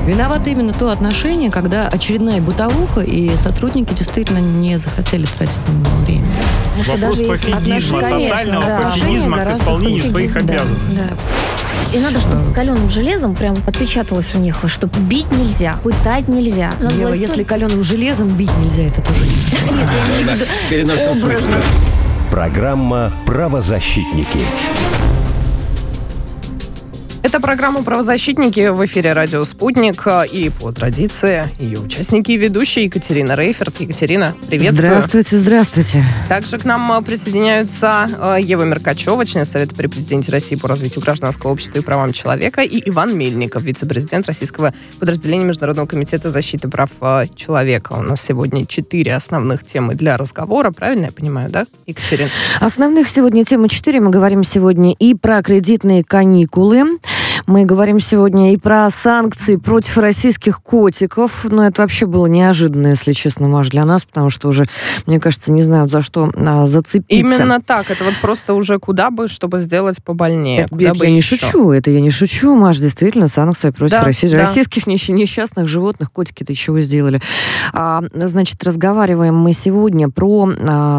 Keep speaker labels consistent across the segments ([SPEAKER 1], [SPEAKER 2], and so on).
[SPEAKER 1] Виновато именно то отношение, когда очередная бытовуха, и сотрудники действительно не захотели тратить на него время.
[SPEAKER 2] Вопрос пофигизма, тотального пофигизма к исполнению своих обязанностей.
[SPEAKER 3] И надо, чтобы каленым железом прям отпечаталось у них, что бить нельзя, пытать нельзя.
[SPEAKER 1] Ева, если каленым железом бить нельзя, это тоже не.
[SPEAKER 3] Нет, я имею в виду образно.
[SPEAKER 4] Программа «Правозащитники».
[SPEAKER 5] Это программа «Правозащитники» в эфире «Радио Спутник». И по традиции ее участники и ведущие Екатерина Рейферт. Екатерина, приветствую.
[SPEAKER 1] Здравствуйте.
[SPEAKER 5] Также к нам присоединяются Ева Меркачева, член Совета при президенте России по развитию гражданского общества и правам человека, и Иван Мельников, вице-президент российского подразделения Международного комитета защиты прав человека. У нас сегодня 4 основных темы для разговора. Правильно я понимаю, да, Екатерина?
[SPEAKER 1] Основных сегодня темы 4. Мы говорим сегодня и про кредитные каникулы. Мы говорим сегодня и про санкции против российских котиков. Но это вообще было неожиданно, если честно, Маш, для нас, потому что уже, мне кажется, не знают, за что зацепиться.
[SPEAKER 5] Именно так. Это вот просто уже куда бы, чтобы сделать побольнее.
[SPEAKER 1] Это я не шучу, Маш, действительно, санкции против российских несчастных животных. Котики-то еще вы сделали. Значит, разговариваем мы сегодня про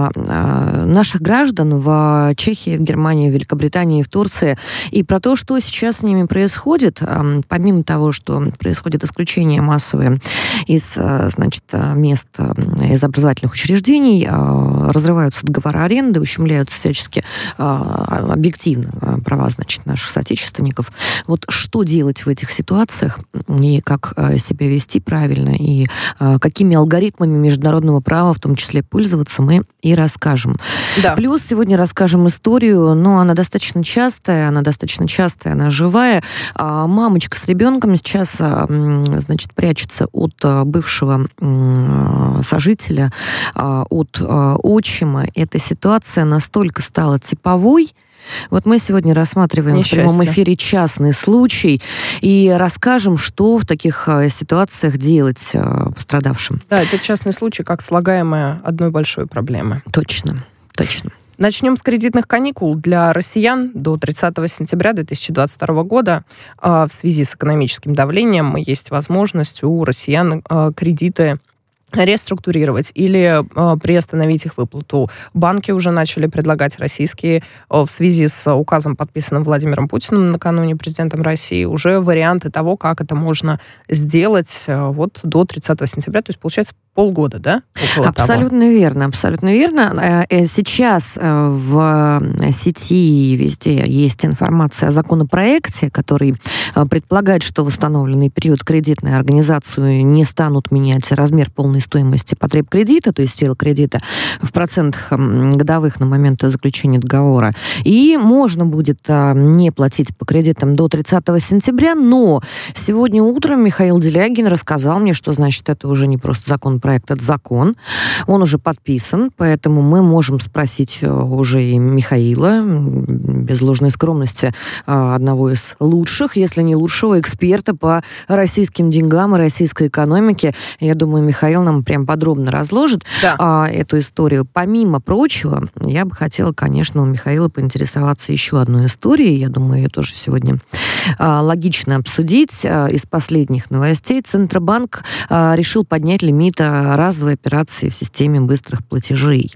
[SPEAKER 1] наших граждан в Чехии, в Германии, в Великобритании, в Турции, и про то, что сейчас с ними происходит. Помимо того, что происходит исключение массовое из, значит, мест, из образовательных учреждений, разрываются договора аренды, ущемляются всячески объективно права, значит, наших соотечественников. Вот что делать в этих ситуациях и как себя вести правильно, и какими алгоритмами международного права, в том числе, пользоваться, мы и расскажем.
[SPEAKER 5] Да.
[SPEAKER 1] Плюс сегодня расскажем историю, но она достаточно частая, она живая. Мамочка с ребенком сейчас, значит, прячется от бывшего сожителя, от отчима. Эта ситуация настолько стала типовой. Вот мы сегодня рассматриваем в прямом эфире частный случай и расскажем, что в таких ситуациях делать пострадавшим.
[SPEAKER 5] Да, это частный случай, как слагаемое одной большой проблемы.
[SPEAKER 1] Точно.
[SPEAKER 5] Начнем с кредитных каникул для россиян до 30 сентября 2022 года. В связи с экономическим давлением есть возможность у россиян кредиты реструктурировать или приостановить их выплату. Банки уже начали предлагать российские в связи с указом, подписанным Владимиром Путиным накануне, президентом России, уже варианты того, как это можно сделать вот до 30 сентября. То есть, получается, полгода, да?
[SPEAKER 1] Абсолютно верно. Сейчас в сети везде есть информация о законопроекте, который предполагает, что в установленный период кредитные организации не станут менять размер полной стоимости потреб кредита, то есть сила кредита, в процентах годовых на момент заключения договора. И можно будет не платить по кредитам до 30 сентября, но сегодня утром Михаил Делягин рассказал мне, что, значит, это уже не просто законопроект, это закон. Он уже подписан, поэтому мы можем спросить уже и Михаила, без ложной скромности, одного из лучших, если не лучшего эксперта по российским деньгам и российской экономике. Я думаю, Михаил нам прям подробно разложит эту историю. Помимо прочего, я бы хотела, конечно, у Михаила поинтересоваться еще одной историей. Я думаю, ее тоже сегодня логично обсудить. Из последних новостей Центробанк решил поднять лимит разовой операции в системе быстрых платежей.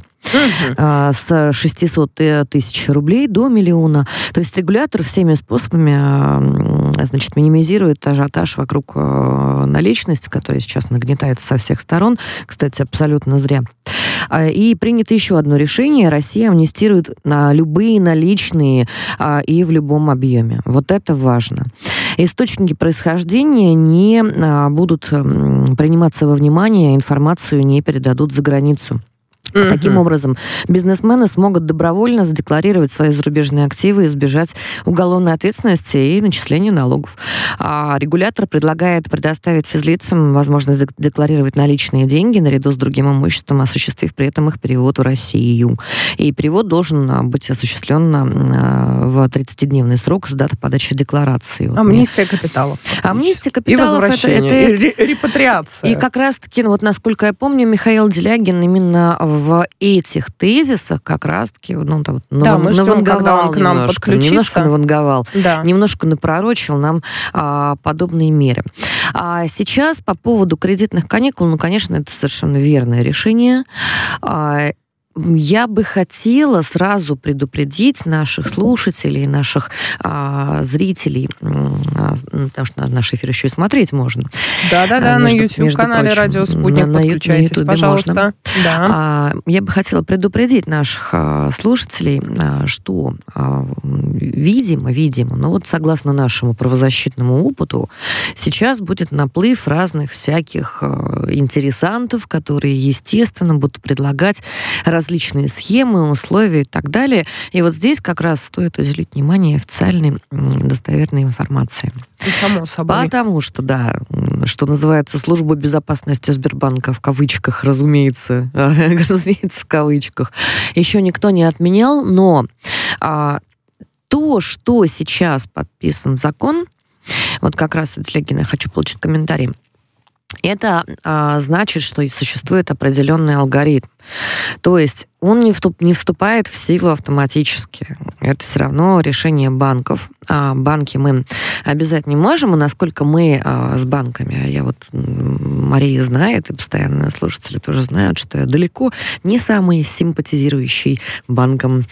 [SPEAKER 1] С 600 тысяч рублей до 1 миллиона. То есть регулятор всеми способами, значит, минимизирует ажиотаж вокруг наличности, которая сейчас нагнетается со всех сторон. Кстати, абсолютно зря. И принято еще одно решение. Россия амнистирует любые наличные и в любом объеме. Вот это важно. Источники происхождения не будут приниматься во внимание, информацию не передадут за границу. Таким образом, бизнесмены смогут добровольно задекларировать свои зарубежные активы и избежать уголовной ответственности и начисления налогов. А регулятор предлагает предоставить физлицам возможность декларировать наличные деньги наряду с другим имуществом, осуществив при этом их перевод в Россию. И перевод должен быть осуществлен в 30-дневный срок с даты подачи декларации.
[SPEAKER 5] Амнистия капиталов.
[SPEAKER 1] Амнистия капиталов.
[SPEAKER 5] И возвращение, и репатриация.
[SPEAKER 1] И как раз-таки, вот насколько я помню, Михаил Делягин именно в этих тезисах как раз-таки наванговал,
[SPEAKER 5] немножко
[SPEAKER 1] наванговал, немножко напророчил нам подобные меры. А сейчас по поводу кредитных каникул, конечно, это совершенно верное решение. Я бы хотела сразу предупредить наших слушателей, наших зрителей, потому что наш эфир еще и смотреть можно.
[SPEAKER 5] Да-да-да, на YouTube-канале «Радио Спутник» подключайтесь, пожалуйста.
[SPEAKER 1] Да. Я бы хотела предупредить наших слушателей, что видимо, но вот согласно нашему правозащитному опыту, сейчас будет наплыв разных всяких интересантов, которые, естественно, будут предлагать различные схемы, условия и так далее. И вот здесь как раз стоит уделить внимание официальной достоверной информации.
[SPEAKER 5] Само собой.
[SPEAKER 1] Потому что, да, что называется, служба безопасности Сбербанка в кавычках, разумеется, в кавычках, еще никто не отменял, но то, что сейчас подписан закон, вот как раз от Легина я хочу получить комментарий, это значит, что существует определенный алгоритм. То есть он не вступает в силу автоматически. Это все равно решение банков. А банки мы обязать не можем, и насколько мы с банками, а я вот, Мария знает, и постоянно слушатели тоже знают, что я далеко не самый симпатизирующий банкам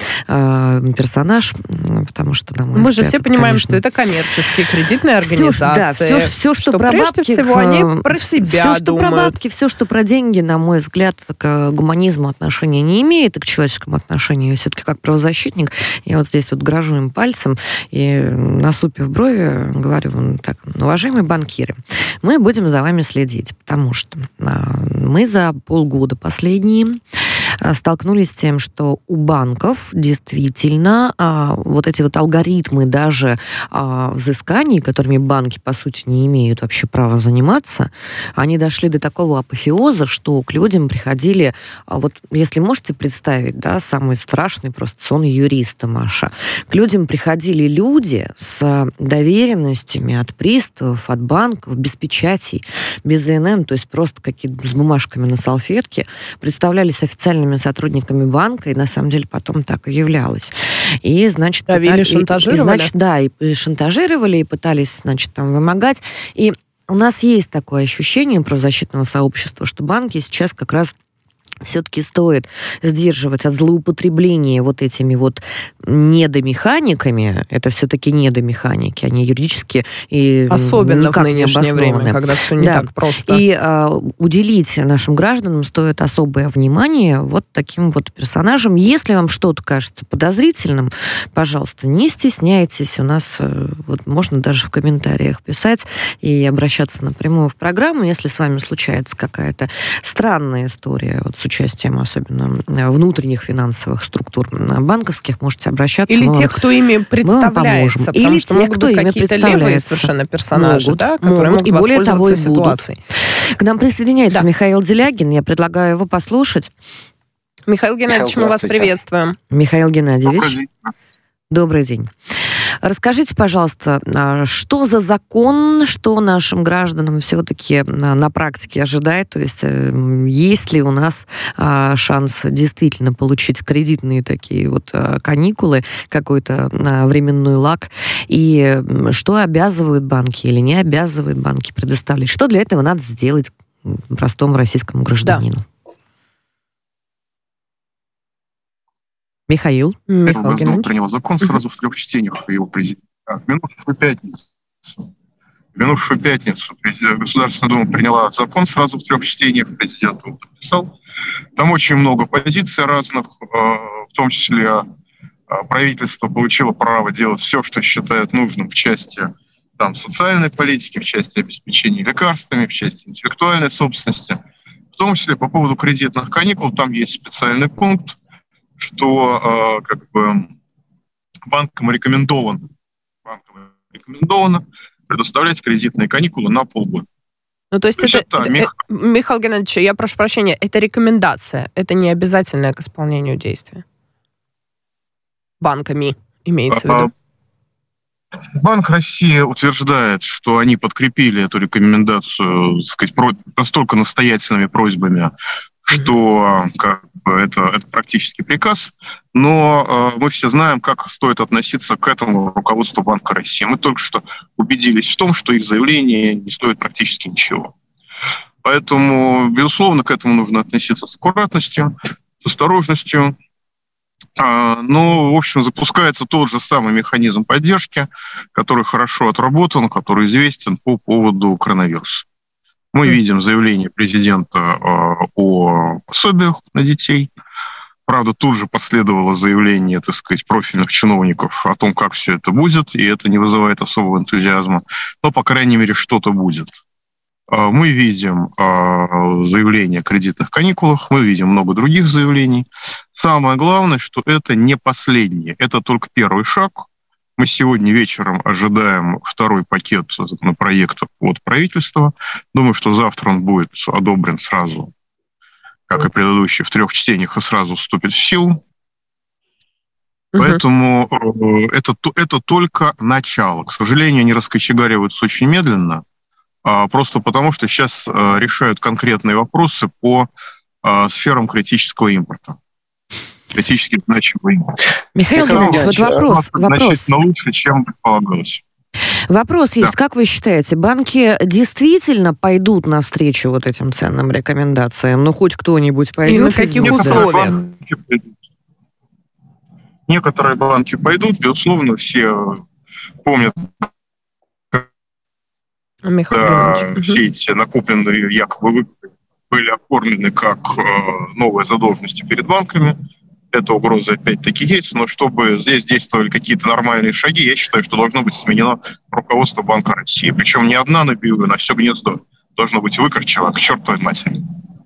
[SPEAKER 1] персонаж, потому что, на мой
[SPEAKER 5] мы
[SPEAKER 1] взгляд,
[SPEAKER 5] же все понимаем,
[SPEAKER 1] конечно,
[SPEAKER 5] что это коммерческие кредитные организации.
[SPEAKER 1] Все, что про
[SPEAKER 5] прежде
[SPEAKER 1] бабки,
[SPEAKER 5] всего они про себя
[SPEAKER 1] все,
[SPEAKER 5] думают.
[SPEAKER 1] Что про бабки, все, что про деньги, на мой взгляд, к гуманизму отношения не имеет, и к человеческому отношению. Я все-таки как правозащитник, я вот здесь вот грожу им пальцем и, насупив брови, говорю так: уважаемые банкиры, мы будем за вами следить, потому что мы за полгода последние столкнулись с тем, что у банков действительно вот эти вот алгоритмы даже взысканий, которыми банки, по сути, не имеют вообще права заниматься, они дошли до такого апофеоза, что к людям приходили, вот если можете представить, да, самый страшный просто сон юриста, Маша, к людям приходили люди с доверенностями от приставов, от банков, без печатей, без ИНН, то есть просто какие-то с бумажками на салфетке, представлялись официальными сотрудниками банка, и на самом деле потом так и являлось. И, значит,
[SPEAKER 5] давили, шантажировали.
[SPEAKER 1] И шантажировали, и пытались, значит, там вымогать. И у нас есть такое ощущение правозащитного сообщества, что банки сейчас как раз все-таки стоит сдерживать от злоупотребления вот этими вот недомеханиками. Это все-таки недомеханики, они юридически и
[SPEAKER 5] особенно
[SPEAKER 1] никак
[SPEAKER 5] в нынешнее время, когда все не так просто.
[SPEAKER 1] И уделить нашим гражданам стоит особое внимание вот таким вот персонажам. Если вам что-то кажется подозрительным, пожалуйста, не стесняйтесь. У нас вот можно даже в комментариях писать и обращаться напрямую в программу, если с вами случается какая-то странная история вот, с участием особенно внутренних финансовых структур банковских, можете обращаться.
[SPEAKER 5] Или тех, кто ими представляется. Потому
[SPEAKER 1] или
[SPEAKER 5] что
[SPEAKER 1] тех,
[SPEAKER 5] могут
[SPEAKER 1] кто
[SPEAKER 5] быть
[SPEAKER 1] ими
[SPEAKER 5] какие-то левые совершенно персонажи, да, которые могут
[SPEAKER 1] и более того,
[SPEAKER 5] воспользоваться ситуацией.
[SPEAKER 1] К нам присоединяется Михаил Делягин. Я предлагаю его послушать.
[SPEAKER 5] Михаил Геннадьевич, мы вас приветствуем.
[SPEAKER 1] Михаил Геннадьевич. Добрый день. Расскажите, пожалуйста, что за закон, что нашим гражданам все-таки на практике ожидает? То есть есть ли у нас шанс действительно получить кредитные такие вот каникулы, какой-то временной лак? И что обязывают банки или не обязывают банки предоставлять? Что для этого надо сделать простому российскому гражданину? Да. Михаил
[SPEAKER 6] Геннадьевич принял закон сразу в 3 чтениях его президента. В минувшую пятницу Государственная Дума приняла закон сразу в 3 чтениях, президент его подписал. Там очень много позиций разных, в том числе правительство получило право делать все, что считает нужным в части социальной политики, в части обеспечения лекарствами, в части интеллектуальной собственности. В том числе по поводу кредитных каникул там есть специальный пункт, что банкам рекомендовано предоставлять кредитные каникулы на полгода.
[SPEAKER 5] Ну, то есть Михаил Геннадьевич, я прошу прощения, это рекомендация, это не обязательное к исполнению действия. Банками имеется в виду.
[SPEAKER 6] Банк России утверждает, что они подкрепили эту рекомендацию, так сказать, настолько настоятельными просьбами, что это практически приказ, но мы все знаем, как стоит относиться к этому руководству Банка России. Мы только что убедились в том, что их заявление не стоит практически ничего. Поэтому, безусловно, к этому нужно относиться с аккуратностью, с осторожностью. Но, в общем, запускается тот же самый механизм поддержки, который хорошо отработан, который известен по поводу коронавируса. Мы видим заявление президента о пособиях на детей. Правда, тут же последовало заявление, так сказать, профильных чиновников о том, как все это будет, и это не вызывает особого энтузиазма. Но, по крайней мере, что-то будет. Мы видим заявление о кредитных каникулах, мы видим много других заявлений. Самое главное, что это не последнее, это только первый шаг. Мы сегодня вечером ожидаем второй пакет законопроектов от правительства. Думаю, что завтра он будет одобрен сразу, как и предыдущий, в 3 чтениях, и сразу вступит в силу. Поэтому это только начало. К сожалению, они раскочегариваются очень медленно, просто потому что сейчас решают конкретные вопросы по сферам критического импорта. Критически значимый импорт.
[SPEAKER 1] Михаил Геннадьевич, вот вопрос.
[SPEAKER 6] Лучше, чем предполагалось.
[SPEAKER 1] Вопрос есть. Как вы считаете, банки действительно пойдут навстречу вот этим ценным рекомендациям? Ну, хоть кто-нибудь пойдет?
[SPEAKER 5] И на каких условиях?
[SPEAKER 6] Некоторые банки пойдут, безусловно, все помнят, все эти накопленные якобы выплаты были оформлены как новые задолженности перед банками. Эта угроза опять-таки есть, но чтобы здесь действовали какие-то нормальные шаги, я считаю, что должно быть сменено руководство Банка России. Причем не одна набивка на все гнездо должно быть выкорчено к чертовой матери.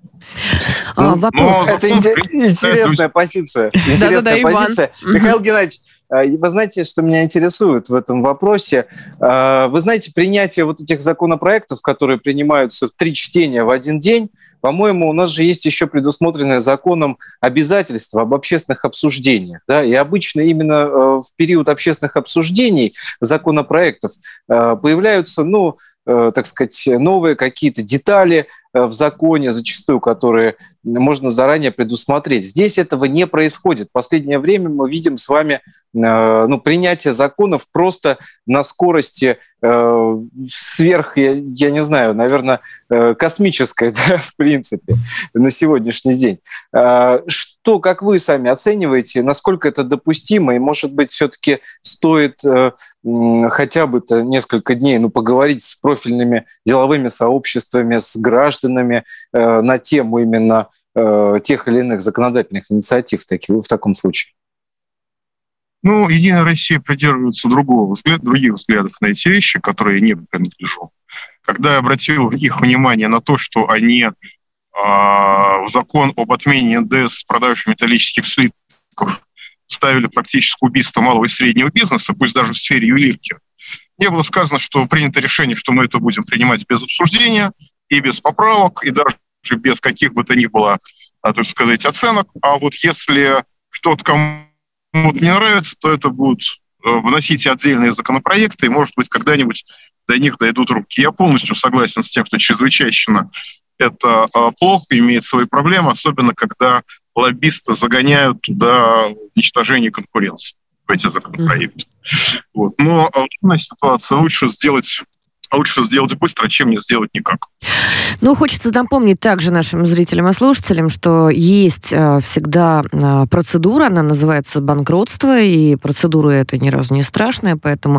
[SPEAKER 1] Вопрос.
[SPEAKER 7] Это интересная позиция. Михаил Геннадьевич, вы знаете, что меня интересует в этом вопросе? Вы знаете, принятие вот этих законопроектов, которые принимаются в 3 чтения в один день, по-моему, у нас же есть еще предусмотренное законом обязательство об общественных обсуждениях. Да? И обычно именно в период общественных обсуждений законопроектов появляются, так сказать, новые какие-то детали в законе, зачастую, которые можно заранее предусмотреть. Здесь этого не происходит. В последнее время мы видим с вами принятие законов просто на скорости сверх, я не знаю, наверное, космической, да, в принципе, на сегодняшний день. Что, как вы сами оцениваете, насколько это допустимо, и, может быть, все-таки стоит хотя бы несколько дней поговорить с профильными деловыми сообществами, с гражданами на тему именно тех или иных законодательных инициатив в таком случае?
[SPEAKER 6] Единая Россия придерживается других взглядов на эти вещи, которые я не принадлежу. Когда я обратил их внимание на то, что они в закон об отмене НДС с продажи металлических слитков ставили практически убийство малого и среднего бизнеса, пусть даже в сфере ювелирки, мне было сказано, что принято решение, что мы это будем принимать без обсуждения и без поправок, и даже без каких бы то ни было, так сказать, оценок. А вот если что-то кому-то не нравится, то это будут вносить отдельные законопроекты, и, может быть, когда-нибудь до них дойдут руки. Я полностью согласен с тем, что чрезвычайно это плохо, имеет свои проблемы, особенно когда лоббисты загоняют туда уничтожение конкуренции в эти законопроекты. Но в данной ситуации лучше сделать быстро, чем не сделать никак.
[SPEAKER 1] Хочется напомнить также нашим зрителям и слушателям, что есть всегда процедура, она называется банкротство, и процедура эта ни разу не страшная, поэтому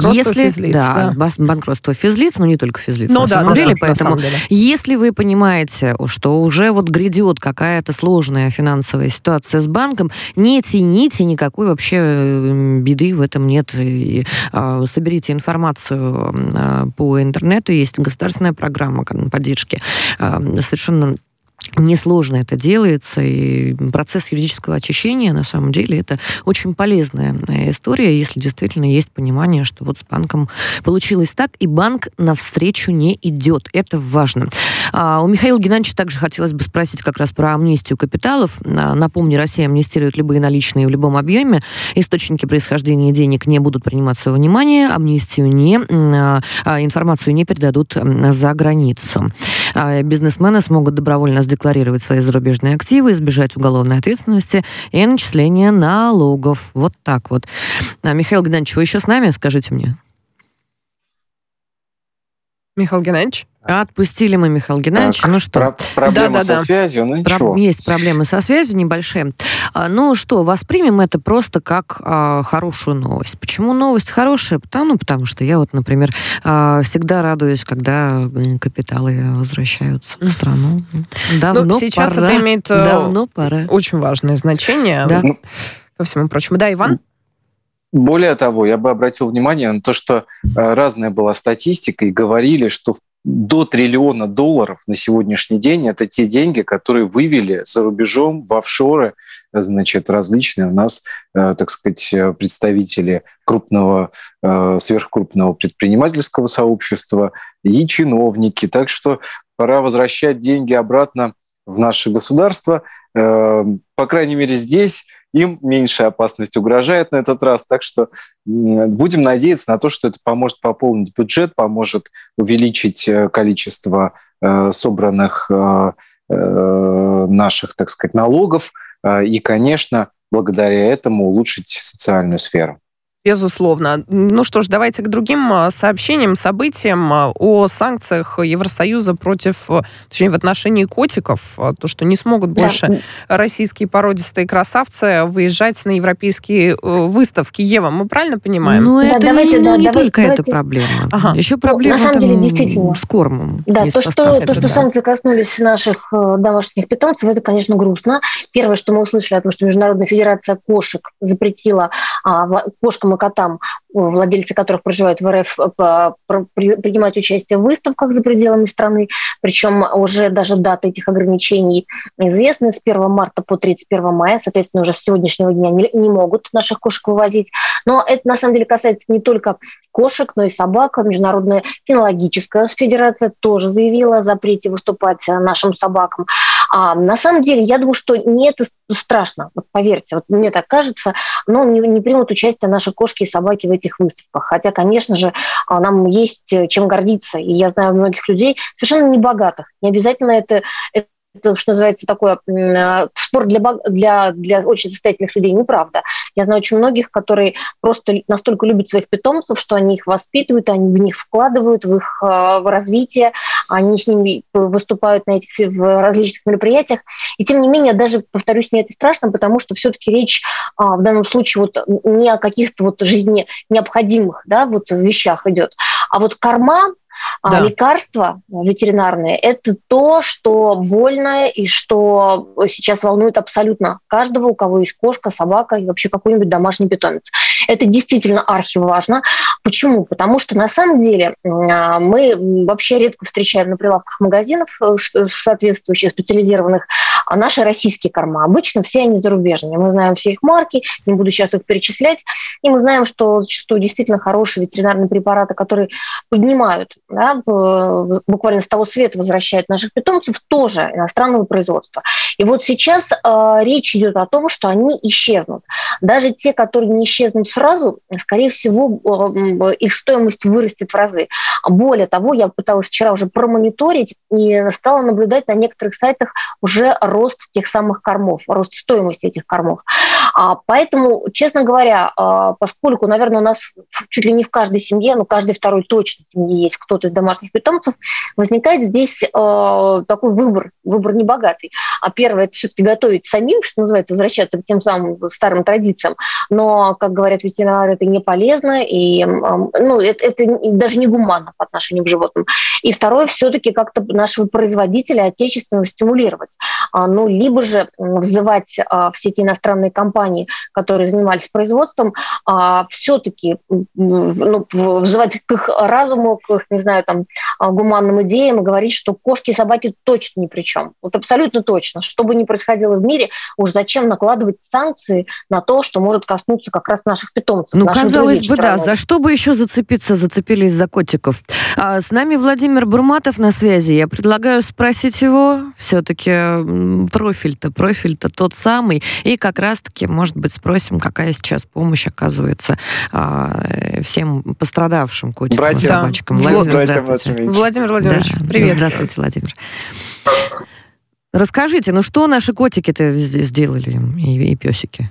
[SPEAKER 1] банкротство физлиц, но не только физлиц, на самом деле, поэтому если вы понимаете, что уже грядет какая-то сложная финансовая ситуация с банком, не тяните, никакой вообще беды в этом нет. И соберите информацию по интернету, есть государственная программа поддержки. Совершенно несложно это делается, и процесс юридического очищения, на самом деле, это очень полезная история, если действительно есть понимание, что с банком получилось так, и банк навстречу не идет. Это важно. У Михаила Геннадьевича также хотелось бы спросить как раз про амнистию капиталов. Напомню, Россия амнистирует любые наличные в любом объеме. Источники происхождения денег не будут приниматься во внимание, информацию не передадут за границу. бизнесмены смогут добровольно задекларировать свои зарубежные активы, избежать уголовной ответственности и начисления налогов. Вот так вот. Михаил Геннадьевич, вы еще с нами? Скажите мне.
[SPEAKER 5] Михаил Геннадьевич?
[SPEAKER 1] Отпустили мы Михаила Геннадьевича.
[SPEAKER 7] Так,
[SPEAKER 1] ну что?
[SPEAKER 7] Проблемы со связью, ну ничего.
[SPEAKER 1] Есть проблемы со связью небольшие. Ну что, воспримем это просто как хорошую новость. Почему новость хорошая? Потому что я вот, например, всегда радуюсь, когда капиталы возвращаются в страну. Давно
[SPEAKER 5] сейчас
[SPEAKER 1] пора.
[SPEAKER 5] Это имеет
[SPEAKER 1] пора.
[SPEAKER 5] Очень важное значение.
[SPEAKER 1] Да.
[SPEAKER 5] Ко всему прочему. Да, Иван?
[SPEAKER 7] Более того, я бы обратил внимание на то, что разная была статистика, и говорили, что до $1 триллиона на сегодняшний день это те деньги, которые вывели за рубежом в офшоры, значит, различные у нас, так сказать, представители крупного, сверхкрупного предпринимательского сообщества и чиновники. Так что пора возвращать деньги обратно в наше государство. По крайней мере, здесь им меньшая опасность угрожает на этот раз. Так что будем надеяться на то, что это поможет пополнить бюджет, поможет увеличить количество собранных наших, так сказать, налогов и, конечно, благодаря этому улучшить социальную сферу.
[SPEAKER 5] Безусловно. Ну что ж, давайте к другим сообщениям, событиям о санкциях Евросоюза точнее, в отношении котиков. То, что не смогут больше российские породистые красавцы выезжать на европейские выставки. Ева, мы правильно понимаем?
[SPEAKER 1] Ну, это не только эта проблема. Еще проблема
[SPEAKER 3] на самом деле, действительно,
[SPEAKER 1] с кормом.
[SPEAKER 3] Да, то, что санкции коснулись наших домашних питомцев, это, конечно, грустно. Первое, что мы услышали, о том, что Международная федерация кошек запретила кошкам и котам, владельцы которых проживают в РФ, принимать участие в выставках за пределами страны. Причем уже даже даты этих ограничений известны. С 1 марта по 31 мая, соответственно, уже с сегодняшнего дня не могут наших кошек вывозить. Но это, на самом деле, касается не только кошек, но и собак. Международная кинологическая федерация тоже заявила о запрете выступать нашим собакам. На самом деле, я думаю, что не это страшно, вот поверьте, вот мне так кажется, но не примут участие наши кошки и собаки в этих выставках. Хотя, конечно же, нам есть чем гордиться. И я знаю многих людей, совершенно небогатых. Не обязательно это, что называется, такой спорт для очень состоятельных людей, неправда. Я знаю очень многих, которые просто настолько любят своих питомцев, что они их воспитывают, они в них вкладывают, в их развитие, они с ними выступают на в различных мероприятиях. И тем не менее, даже, повторюсь, не это страшно, потому что все-таки речь в данном случае вот не о каких-то вот жизни необходимых вещах идет, а вот корма, лекарства ветеринарные – это то, что больно и что сейчас волнует абсолютно каждого, у кого есть кошка, собака и вообще какой-нибудь домашний питомец. Это действительно архиважно. Почему? Потому что на самом деле мы вообще редко встречаем на прилавках магазинов соответствующих, специализированных, наши российские корма. Обычно все они зарубежные. Мы знаем все их марки, не буду сейчас их перечислять. И мы знаем, что зачастую действительно хорошие ветеринарные препараты, которые поднимают, буквально с того света возвращают наших питомцев, тоже иностранного производства. И вот сейчас речь идет о том, что они исчезнут. Даже те, которые не исчезнут сразу, скорее всего, их стоимость вырастет в разы. Более того, я пыталась вчера уже промониторить и стала наблюдать на некоторых сайтах уже рост тех самых кормов, рост стоимости этих кормов. Поэтому, честно говоря, поскольку, наверное, у нас чуть ли не в каждой семье, но каждой второй точно семье есть кто-то из домашних питомцев, возникает здесь такой выбор небогатый. Первое – это все-таки готовить самим, что называется, возвращаться к тем самым старым традициям. Но, как говорят ветеринары, это не полезно, и это даже не гуманно по отношению к животным. И второе – все-таки как-то нашего производителя отечественного стимулировать. Либо же взывать все эти иностранные компании, которые занимались производством, все-таки взывать к их разуму, к их, не знаю, гуманным идеям и говорить, что кошки и собаки точно ни при чем. Вот абсолютно точно. Что бы ни происходило в мире, уж зачем накладывать санкции на то, что может коснуться как раз наших питомцев.
[SPEAKER 1] Казалось бы, да. За что бы еще зацепились за котиков. С нами Владимир Бурматов на связи. Я предлагаю спросить его все-таки, профиль-то тот самый. И как раз-таки, может быть, спросим, какая сейчас помощь оказывается всем пострадавшим котикам и собачкам. Владимир, здравствуйте.
[SPEAKER 5] Владимир Владимирович, привет.
[SPEAKER 1] Здравствуйте, Владимир. Расскажите, что наши котики-то сделали и песики?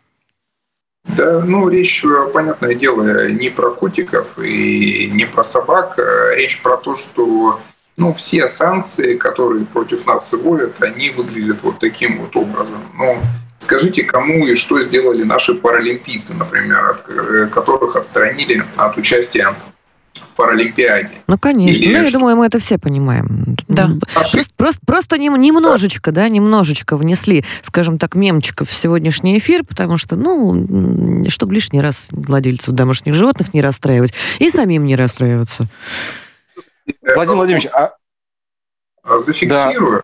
[SPEAKER 8] Да, речь, понятное дело, не про котиков и не про собак. Речь про то, что все санкции, которые против нас вводят, они выглядят вот таким вот образом. Скажите, кому и что сделали наши паралимпийцы, например, которых отстранили от участия в Паралимпиаде?
[SPEAKER 1] Конечно. Я думаю, мы это все понимаем.
[SPEAKER 5] Да.
[SPEAKER 1] Просто немножечко внесли, скажем так, мемчиков в сегодняшний эфир, потому что, чтобы лишний раз владельцев домашних животных не расстраивать и самим не расстраиваться.
[SPEAKER 7] Владимир Владимирович,
[SPEAKER 8] зафиксирую,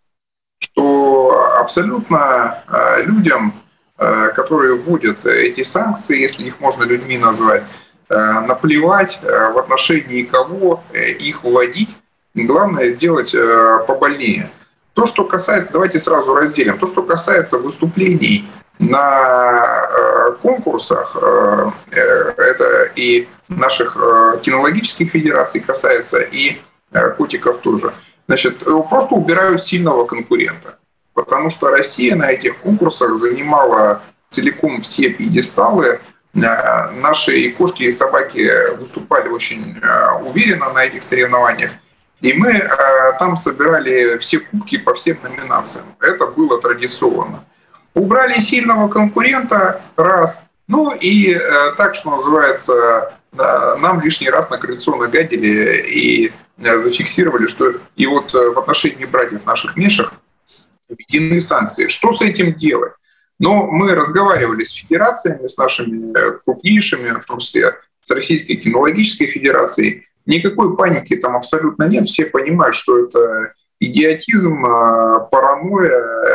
[SPEAKER 8] что абсолютно людям, которые вводят эти санкции, если их можно людьми назвать, наплевать, в отношении кого их вводить. Главное сделать побольнее. То, что касается, давайте сразу разделим, то, что касается выступлений на конкурсах, это и наших кинологических федераций касается, и котиков тоже. Значит, просто убирают сильного конкурента. Потому что Россия на этих конкурсах занимала целиком все пьедесталы. Наши и кошки, и собаки выступали очень уверенно на этих соревнованиях. И мы там собирали все кубки по всем номинациям. Это было традиционно. Убрали сильного конкурента раз. И так, что называется, нам лишний раз на крыльцо нагадили и зафиксировали, что и вот в отношении братьев наших меньших введены санкции. Что с этим делать? Мы разговаривали с федерациями, с нашими крупнейшими, в том числе с Российской кинологической федерацией. Никакой паники там абсолютно нет. Все понимают, что это идиотизм, паранойя,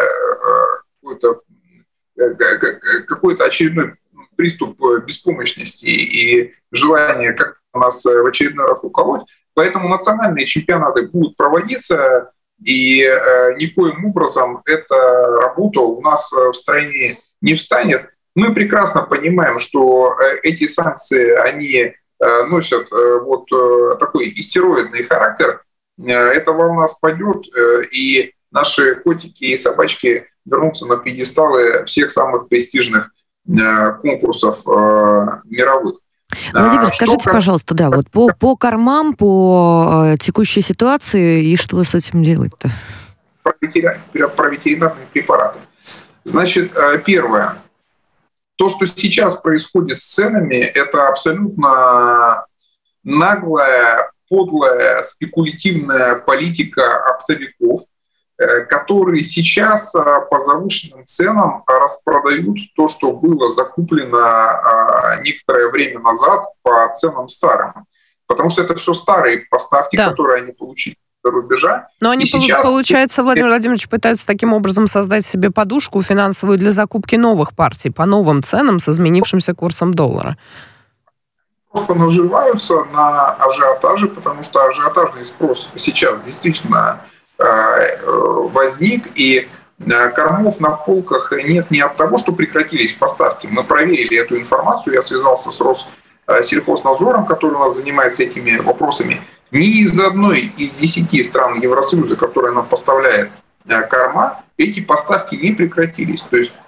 [SPEAKER 8] какой-то очередной приступ беспомощности и желание как-то нас в очередной раз уколоть. Поэтому национальные чемпионаты будут проводиться, и никоим образом эта работа у нас в стране не встанет. Мы прекрасно понимаем, что эти санкции, они носят такой истероидный характер. Эта волна спадет, и наши котики и собачки вернутся на пьедесталы всех самых престижных конкурсов мировых.
[SPEAKER 1] Владимир, скажите, пожалуйста, по кормам, по текущей ситуации, и что с этим делать-то?
[SPEAKER 8] Про ветеринарные препараты. Значит, первое. То, что сейчас происходит с ценами, это абсолютно наглая, подлая, спекулятивная политика оптовиков, которые сейчас по завышенным ценам распродают то, что было закуплено некоторое время назад по ценам старым. Потому что это все старые поставки, которые они получили за рубежа.
[SPEAKER 5] Но они, получается, Владимир Владимирович, пытаются таким образом создать себе подушку финансовую для закупки новых партий по новым ценам с изменившимся курсом доллара.
[SPEAKER 8] Просто наживаются на ажиотаже, потому что ажиотажный спрос сейчас действительно возник, и кормов на полках нет не от того, что прекратились поставки. Мы проверили эту информацию, я связался с Россельхознадзором, который у нас занимается этими вопросами. Ни из одной из 10 стран Евросоюза, которая нам поставляет корма, эти поставки не прекратились. То есть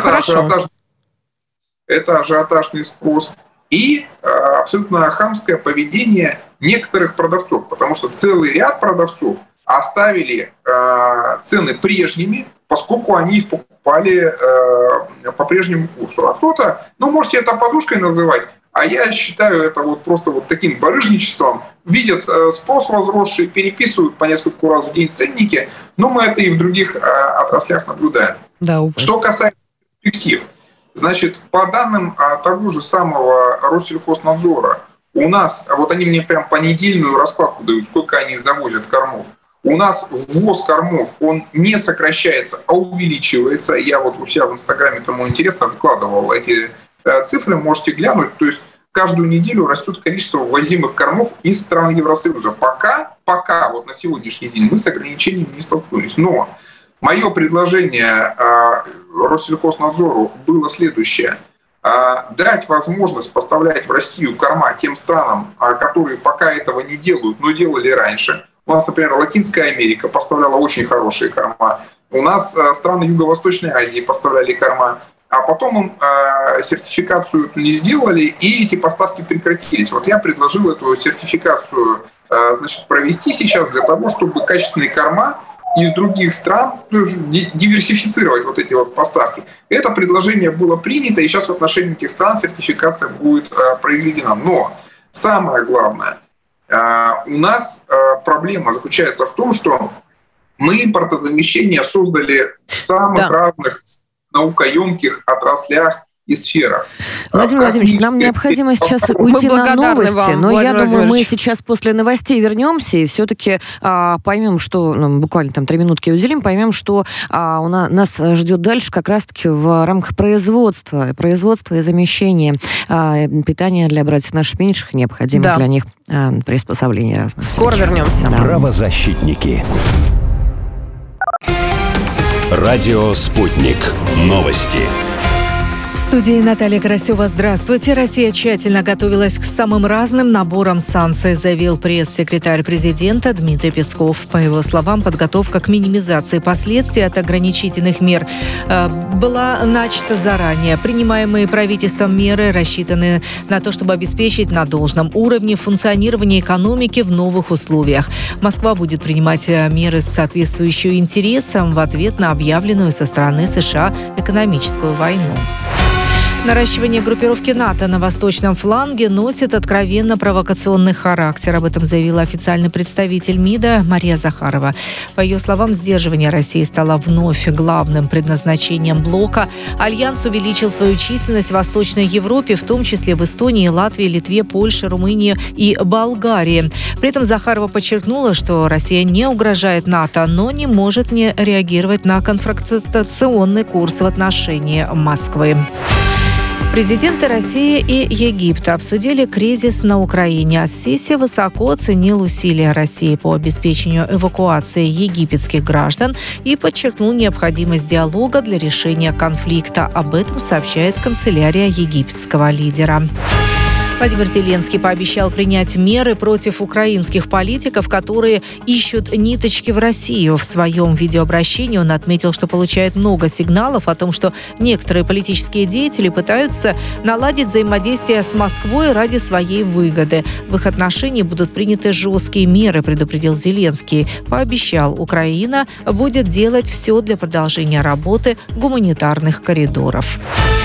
[SPEAKER 8] это ажиотажный спрос и абсолютно хамское поведение некоторых продавцов, потому что целый ряд продавцов оставили цены прежними, поскольку они их покупали по прежнему курсу. А кто-то, можете это подушкой называть, а я считаю это просто таким барыжничеством. Видят спрос возросший, переписывают по нескольку раз в день ценники, но мы это и в других отраслях наблюдаем.
[SPEAKER 5] Да, увы.
[SPEAKER 8] Что касается перспектив, значит, по данным того же самого Россельхознадзора, у нас, они мне прям понедельную раскладку дают, сколько они завозят кормов. У нас ввоз кормов, он не сокращается, а увеличивается. Я у себя в Инстаграме, кому интересно, выкладывал эти цифры, можете глянуть. То есть каждую неделю растет количество ввозимых кормов из стран Евросоюза. Пока на сегодняшний день мы с ограничениями не столкнулись. Но Мое предложение Россельхознадзору было следующее. Дать возможность поставлять в Россию корма тем странам, которые пока этого не делают, но делали раньше. У нас, например, Латинская Америка поставляла очень хорошие корма. У нас страны Юго-Восточной Азии поставляли корма. А потом им сертификацию эту не сделали, и эти поставки прекратились. Вот я предложил эту сертификацию провести сейчас для того, чтобы качественные корма из других стран, диверсифицировать вот эти вот поставки. Это предложение было принято, и сейчас в отношении этих стран сертификация будет произведена. Но самое главное, у нас проблема заключается в том, что мы импортозамещение создали в самых разных наукоемких отраслях и сферах.
[SPEAKER 1] Владимир Владимирович, нам необходимо сейчас уйти на новости, вам, но я думаю, мы сейчас после новостей вернемся и все-таки поймем, что, буквально там 3 минутки уделим, поймем, что нас ждет дальше как раз-таки в рамках производства и замещения питания для братьев наших меньших, необходимых для них приспособлений разных.
[SPEAKER 5] Скоро вернемся.
[SPEAKER 4] Да. Правозащитники. Радио «Спутник». Новости.
[SPEAKER 9] В студии Наталья Карасева. Здравствуйте. Россия тщательно готовилась к самым разным наборам санкций, заявил пресс-секретарь президента Дмитрий Песков. По его словам, подготовка к минимизации последствий от ограничительных мер была начата заранее. Принимаемые правительством меры рассчитаны на то, чтобы обеспечить на должном уровне функционирование экономики в новых условиях. Москва будет принимать меры с соответствующим интересом в ответ на объявленную со стороны США экономическую войну. Наращивание группировки НАТО на восточном фланге носит откровенно провокационный характер. Об этом заявила официальный представитель МИДа Мария Захарова. По ее словам, сдерживание России стало вновь главным предназначением блока. Альянс увеличил свою численность в Восточной Европе, в том числе в Эстонии, Латвии, Литве, Польше, Румынии и Болгарии. При этом Захарова подчеркнула, что Россия не угрожает НАТО, но не может не реагировать на конфронтационный курс в отношении Москвы. Президенты России и Египта обсудили кризис на Украине. Ас-Сиси высоко оценил усилия России по обеспечению эвакуации египетских граждан и подчеркнул необходимость диалога для решения конфликта. Об этом сообщает канцелярия египетского лидера. Владимир Зеленский пообещал принять меры против украинских политиков, которые ищут ниточки в Россию. В своем видеообращении он отметил, что получает много сигналов о том, что некоторые политические деятели пытаются наладить взаимодействие с Москвой ради своей выгоды. В их отношении будут приняты жесткие меры, предупредил Зеленский. Пообещал, Украина будет делать все для продолжения работы гуманитарных коридоров.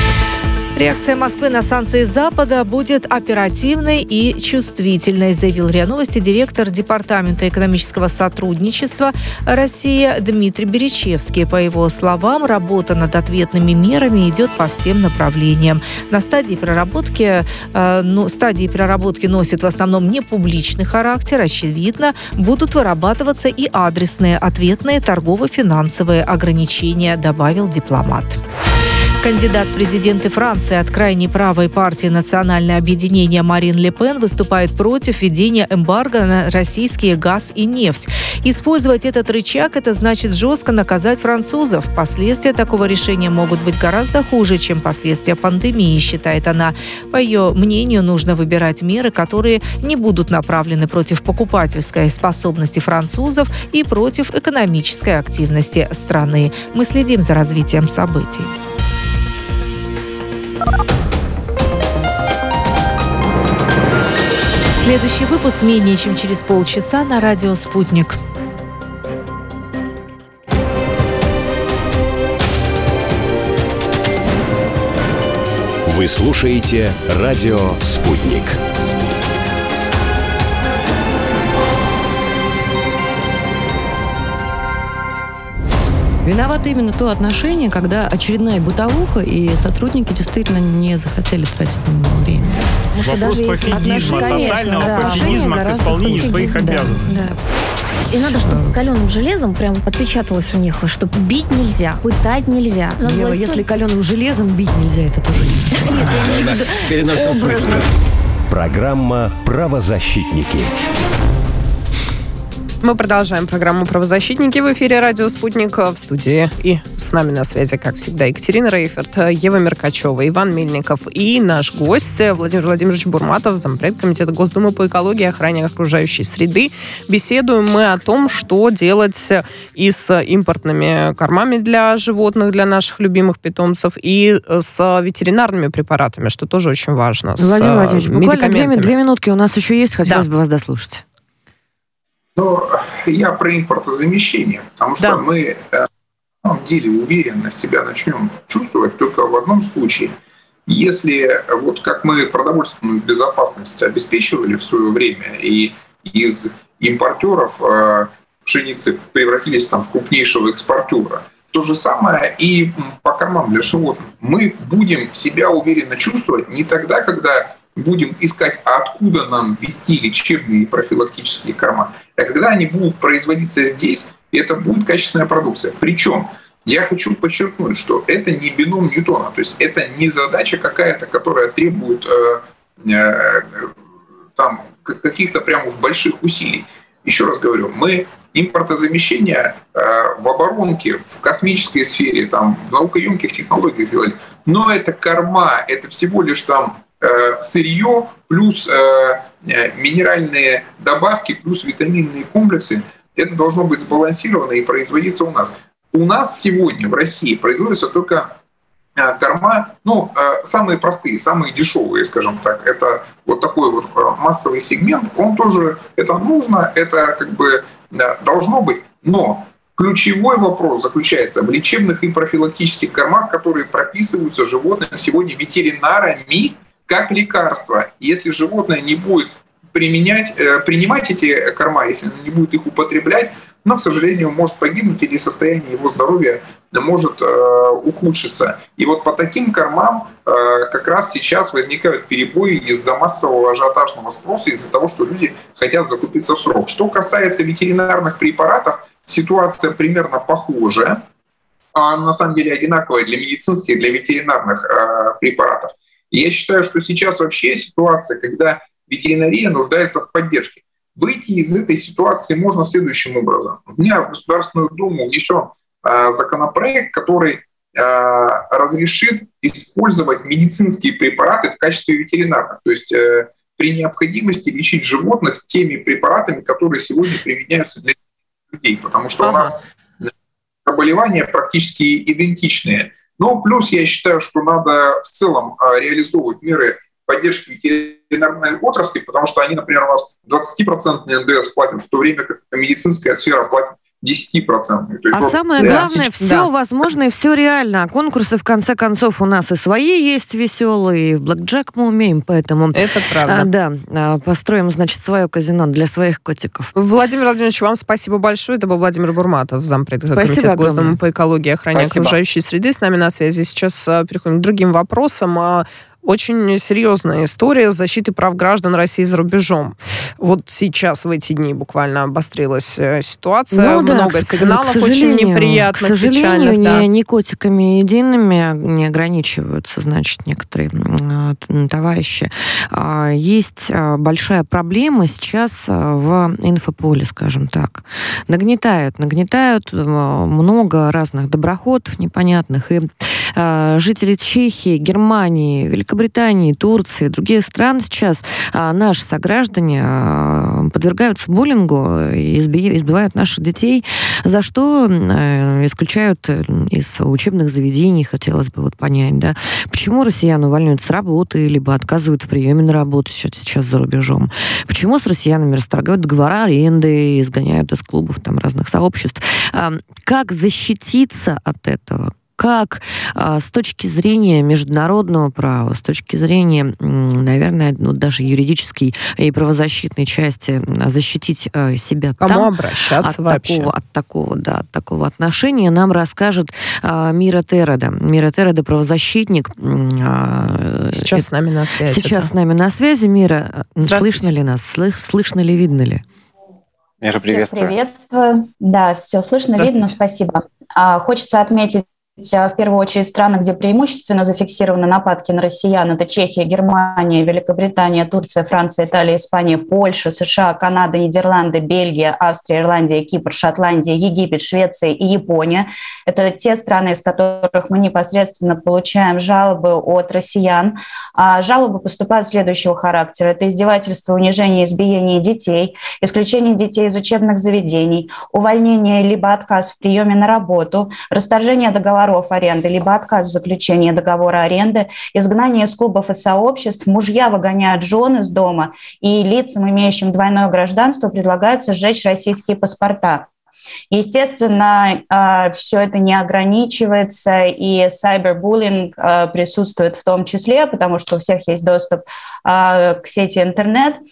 [SPEAKER 9] Реакция Москвы на санкции Запада будет оперативной и чувствительной, заявил РИА Новости директор Департамента экономического сотрудничества России Дмитрий Беречевский. По его словам, работа над ответными мерами идет по всем направлениям. На стадии переработки носит в основном непубличный характер. Очевидно, будут вырабатываться и адресные ответные торгово-финансовые ограничения, добавил дипломат. Кандидат в президенты Франции от крайней правой партии «Национальное объединение» Марин Ле Пен выступает против введения эмбарго на российский газ и нефть. Использовать этот рычаг – это значит жестко наказать французов. Последствия такого решения могут быть гораздо хуже, чем последствия пандемии, считает она. По ее мнению, нужно выбирать меры, которые не будут направлены против покупательской способности французов и против экономической активности страны. Мы следим за развитием событий. Следующий выпуск менее чем через полчаса на радио «Спутник».
[SPEAKER 4] Вы слушаете радио «Спутник».
[SPEAKER 1] Виновато именно то отношение, когда очередная бытовуха, и сотрудники действительно не захотели тратить на него время.
[SPEAKER 2] Вопрос пофигизма, тотального пофигизма к исполнению своих обязанностей.
[SPEAKER 3] Да. И надо, чтобы каленым железом прям отпечаталось у них, что бить нельзя, пытать нельзя.
[SPEAKER 1] Ева, если каленым железом бить нельзя, это тоже не...
[SPEAKER 3] Нет, я имею в виду образно.
[SPEAKER 4] Программа «Правозащитники».
[SPEAKER 5] Мы продолжаем программу «Правозащитники» в эфире «Радио Спутник». В студии и с нами на связи, как всегда, Екатерина Рейферт, Ева Меркачева, Иван Мельников и наш гость Владимир Владимирович Бурматов, зампред Комитета Госдумы по экологии и охране окружающей среды. Беседуем мы о том, что делать и с импортными кормами для животных, для наших любимых питомцев, и с ветеринарными препаратами, что тоже очень важно.
[SPEAKER 1] Владимир Владимирович, буквально 2 минутки у нас еще есть, хотелось бы вас дослушать.
[SPEAKER 8] Но я про импортозамещение, потому что мы на самом деле уверенно себя начнем чувствовать только в одном случае. Если вот как мы продовольственную безопасность обеспечивали в свое время и из импортеров пшеницы превратились там в крупнейшего экспортера, то же самое и по кормам для животных. Мы будем себя уверенно чувствовать не тогда, когда будем искать, откуда нам ввести лечебные и профилактические корма, а когда они будут производиться здесь, и это будет качественная продукция. Причем я хочу подчеркнуть, что это не бином Ньютона, то есть это не задача какая-то, которая требует там каких-то прям уж больших усилий. Еще раз говорю, мы импортозамещение в оборонке, в космической сфере, там, в наукоемких технологиях сделали, но это корма, это всего лишь там сырье плюс минеральные добавки плюс витаминные комплексы. Это должно быть сбалансировано и производиться у нас. У нас сегодня в России производятся только корма, самые простые, самые дешевые, скажем так. Это вот такой вот массовый сегмент. Он тоже, это нужно, это как бы должно быть. Но ключевой вопрос заключается в лечебных и профилактических кормах, которые прописываются животным сегодня ветеринарами как лекарство. Если животное не будет принимать эти корма, если оно не будет их употреблять, но, к сожалению, может погибнуть или состояние его здоровья может ухудшиться. И вот по таким кормам как раз сейчас возникают перебои из-за массового ажиотажного спроса, из-за того, что люди хотят закупиться в срок. Что касается ветеринарных препаратов, ситуация примерно похожая, а на самом деле одинаковая для медицинских, для ветеринарных препаратов. И я считаю, что сейчас вообще ситуация, когда ветеринария нуждается в поддержке. Выйти из этой ситуации можно следующим образом. У меня в Государственную Думу внесен законопроект, который разрешит использовать медицинские препараты в качестве ветеринарных. То есть при необходимости лечить животных теми препаратами, которые сегодня применяются для людей. Потому что у нас заболевания практически идентичные. Но плюс я считаю, что надо в целом реализовывать меры поддержки ветеринарной отрасли, потому что они, например, у нас 20% НДС платят, в то время как медицинская сфера платит 10%. То есть
[SPEAKER 1] самое главное, все возможно и все реально. А конкурсы, в конце концов, у нас и свои есть веселые, и в блэкджек мы умеем, поэтому...
[SPEAKER 5] Это правда.
[SPEAKER 1] Построим, значит, свое казино для своих котиков.
[SPEAKER 5] Владимир Владимирович, вам спасибо большое. Это был Владимир Бурматов, зампред Комитета Госдумы по экологии и охране окружающей среды. С нами на связи. Сейчас переходим к другим вопросам. Очень серьезная история защиты прав граждан России за рубежом. Вот сейчас, в эти дни, буквально обострилась ситуация. Много сигналов очень неприятных, печальных. К сожалению,
[SPEAKER 1] не котиками едиными не ограничиваются, значит, некоторые товарищи. Есть большая проблема сейчас в инфополе, скажем так. Нагнетают много разных доброходов непонятных. И жители Чехии, Германии, Великобритании, Турции, других стран сейчас наши сограждане подвергаются буллингу, избивают наших детей, за что исключают из учебных заведений, хотелось бы понять, да, почему россиян увольняют с работы, либо отказывают в приеме на работу сейчас за рубежом, почему с россиянами расторгают договора аренды, изгоняют из клубов разных сообществ. Как защититься от этого? Как с точки зрения международного права, с точки зрения, наверное, даже юридической и правозащитной части защитить себя
[SPEAKER 5] Кому обращаться вообще?
[SPEAKER 1] От такого отношения нам расскажет Мира Тереда. Мира Тереда — правозащитник.
[SPEAKER 5] Сейчас с нами на связи.
[SPEAKER 1] Сейчас с нами на связи. Мира, слышно ли нас? Слышно ли, видно ли?
[SPEAKER 7] Мира, приветствую.
[SPEAKER 10] Приветствую. Да, все слышно, видно, спасибо. Хочется отметить в первую очередь страны, где преимущественно зафиксированы нападки на россиян. Это Чехия, Германия, Великобритания, Турция, Франция, Италия, Испания, Польша, США, Канада, Нидерланды, Бельгия, Австрия, Ирландия, Кипр, Шотландия, Египет, Швеция и Япония. Это те страны, из которых мы непосредственно получаем жалобы от россиян. Жалобы поступают следующего характера. Это издевательство, унижение, избиение детей, исключение детей из учебных заведений, увольнение либо отказ в приеме на работу, расторжение договоров аренды, либо отказ в заключении договора аренды, изгнание из клубов и сообществ, мужья выгоняют жен из дома, и лицам, имеющим двойное гражданство, предлагается сжечь российские паспорта. Естественно, все это не ограничивается, и сайбербуллинг присутствует в том числе, потому что у всех есть доступ к сети интернет.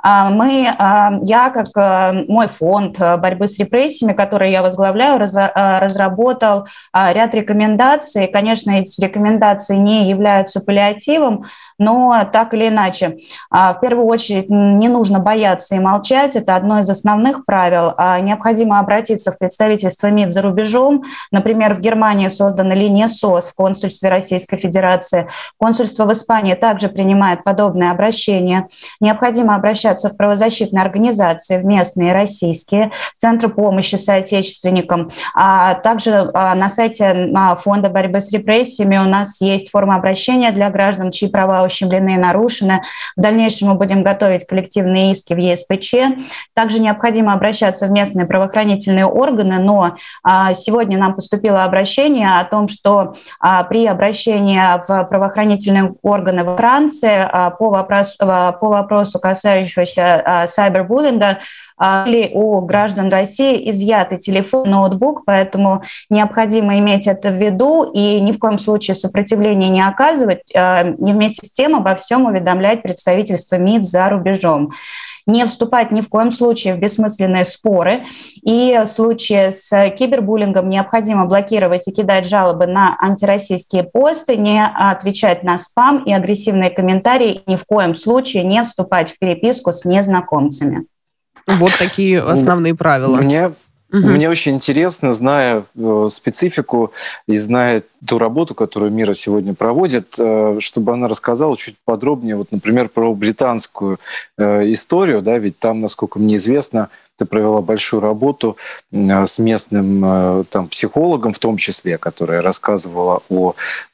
[SPEAKER 10] Я, как мой фонд борьбы с репрессиями, который я возглавляю, разработал ряд рекомендаций. Конечно, эти рекомендации не являются паллиативом, но так или иначе. В первую очередь не нужно бояться и молчать. Это одно из основных правил. Необходимо обратиться в представительство МИД за рубежом. Например, в Германии создана линия СОС в консульстве Российской Федерации. Консульство в Испании также принимает подобные обращения. Необходимо обращаться в правозащитные организации, в местные российские, центры помощи соотечественникам. Также на сайте Фонда борьбы с репрессиями у нас есть форма обращения для граждан, чьи права ущемлены и нарушены. В дальнейшем мы будем готовить коллективные иски в ЕСПЧ. Также необходимо обращаться в местные правоохранительные органы, но сегодня нам поступило обращение о том, что при обращении в правоохранительные органы во Франции по вопросу, касающемуся сайбербуллинга, или у граждан России изъяты телефон, ноутбук, поэтому необходимо иметь это в виду и ни в коем случае сопротивления не оказывать, и вместе с тем обо всем уведомлять представительство МИД за рубежом. Не вступать ни в коем случае в бессмысленные споры. И в случае с кибербуллингом необходимо блокировать и кидать жалобы на антироссийские посты, не отвечать на спам и агрессивные комментарии, ни в коем случае не вступать в переписку с незнакомцами.
[SPEAKER 5] Вот такие основные правила.
[SPEAKER 7] Мне очень интересно, зная специфику и зная ту работу, которую Мира сегодня проводит, чтобы она рассказала чуть подробнее, вот, например, про британскую историю, да, ведь там, насколько мне известно, ты провела большую работу с местным психологом, в том числе, которая рассказывала о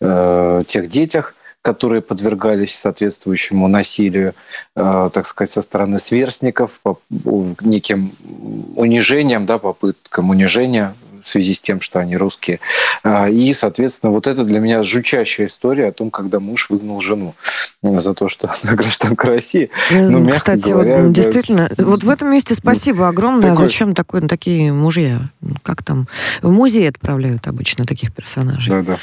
[SPEAKER 7] тех детях, которые подвергались соответствующему насилию, так сказать, со стороны сверстников, неким унижением, да, попыткам унижения в связи с тем, что они русские. И, соответственно, вот это для меня жутчайшая история о том, когда муж выгнал жену за то, что она гражданка России. Ну, мягко
[SPEAKER 1] кстати,
[SPEAKER 7] говоря,
[SPEAKER 1] вот, действительно, вот в этом месте спасибо огромное. Зачем такие мужья? Как там? В музей отправляют обычно таких персонажей.
[SPEAKER 7] Да.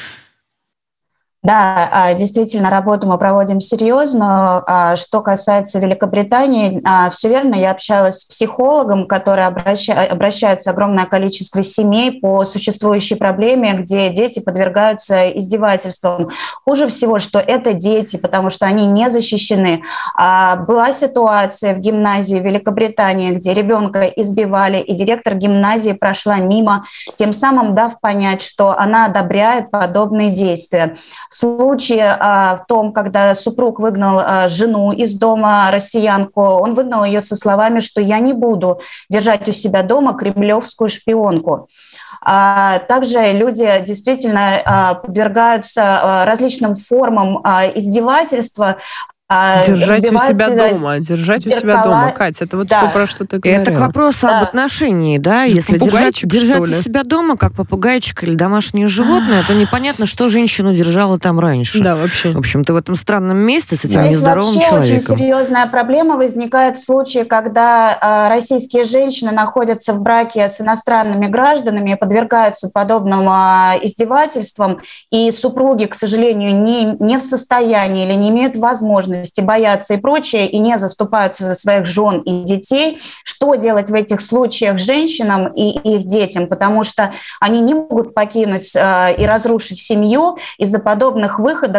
[SPEAKER 10] Да, действительно, работу мы проводим серьезно. Что касается Великобритании, все верно, я общалась с психологом, который обращается огромное количество семей по существующей проблеме, где дети подвергаются издевательствам. Хуже всего, что это дети, потому что они не защищены. Была ситуация в гимназии в Великобритании, где ребенка избивали, и директор гимназии прошла мимо, тем самым дав понять, что она одобряет подобные действия. В случае в том, когда супруг выгнал жену из дома, россиянку, он выгнал ее со словами, что я не буду держать у себя дома кремлевскую шпионку. Также люди действительно подвергаются различным формам издевательства.
[SPEAKER 5] Держать у себя дома, Катя, это вот то, про что ты говорила.
[SPEAKER 1] Это к вопросу об отношении, да? Если держать у себя дома, как попугайчик или домашнее животное, то непонятно, что женщину держала там раньше.
[SPEAKER 5] Да, вообще.
[SPEAKER 1] В общем-то, в этом странном месте с этим нездоровым человеком.
[SPEAKER 10] Здесь вообще очень серьезная проблема возникает в случае, когда российские женщины находятся в браке с иностранными гражданами и подвергаются подобным издевательствам, и супруги, к сожалению, не в состоянии или не имеют возможности, боятся и прочее, и не заступаются за своих жен и детей. Что делать в этих случаях женщинам и их детям? Потому что они не могут покинуть и разрушить семью из-за подобных выходок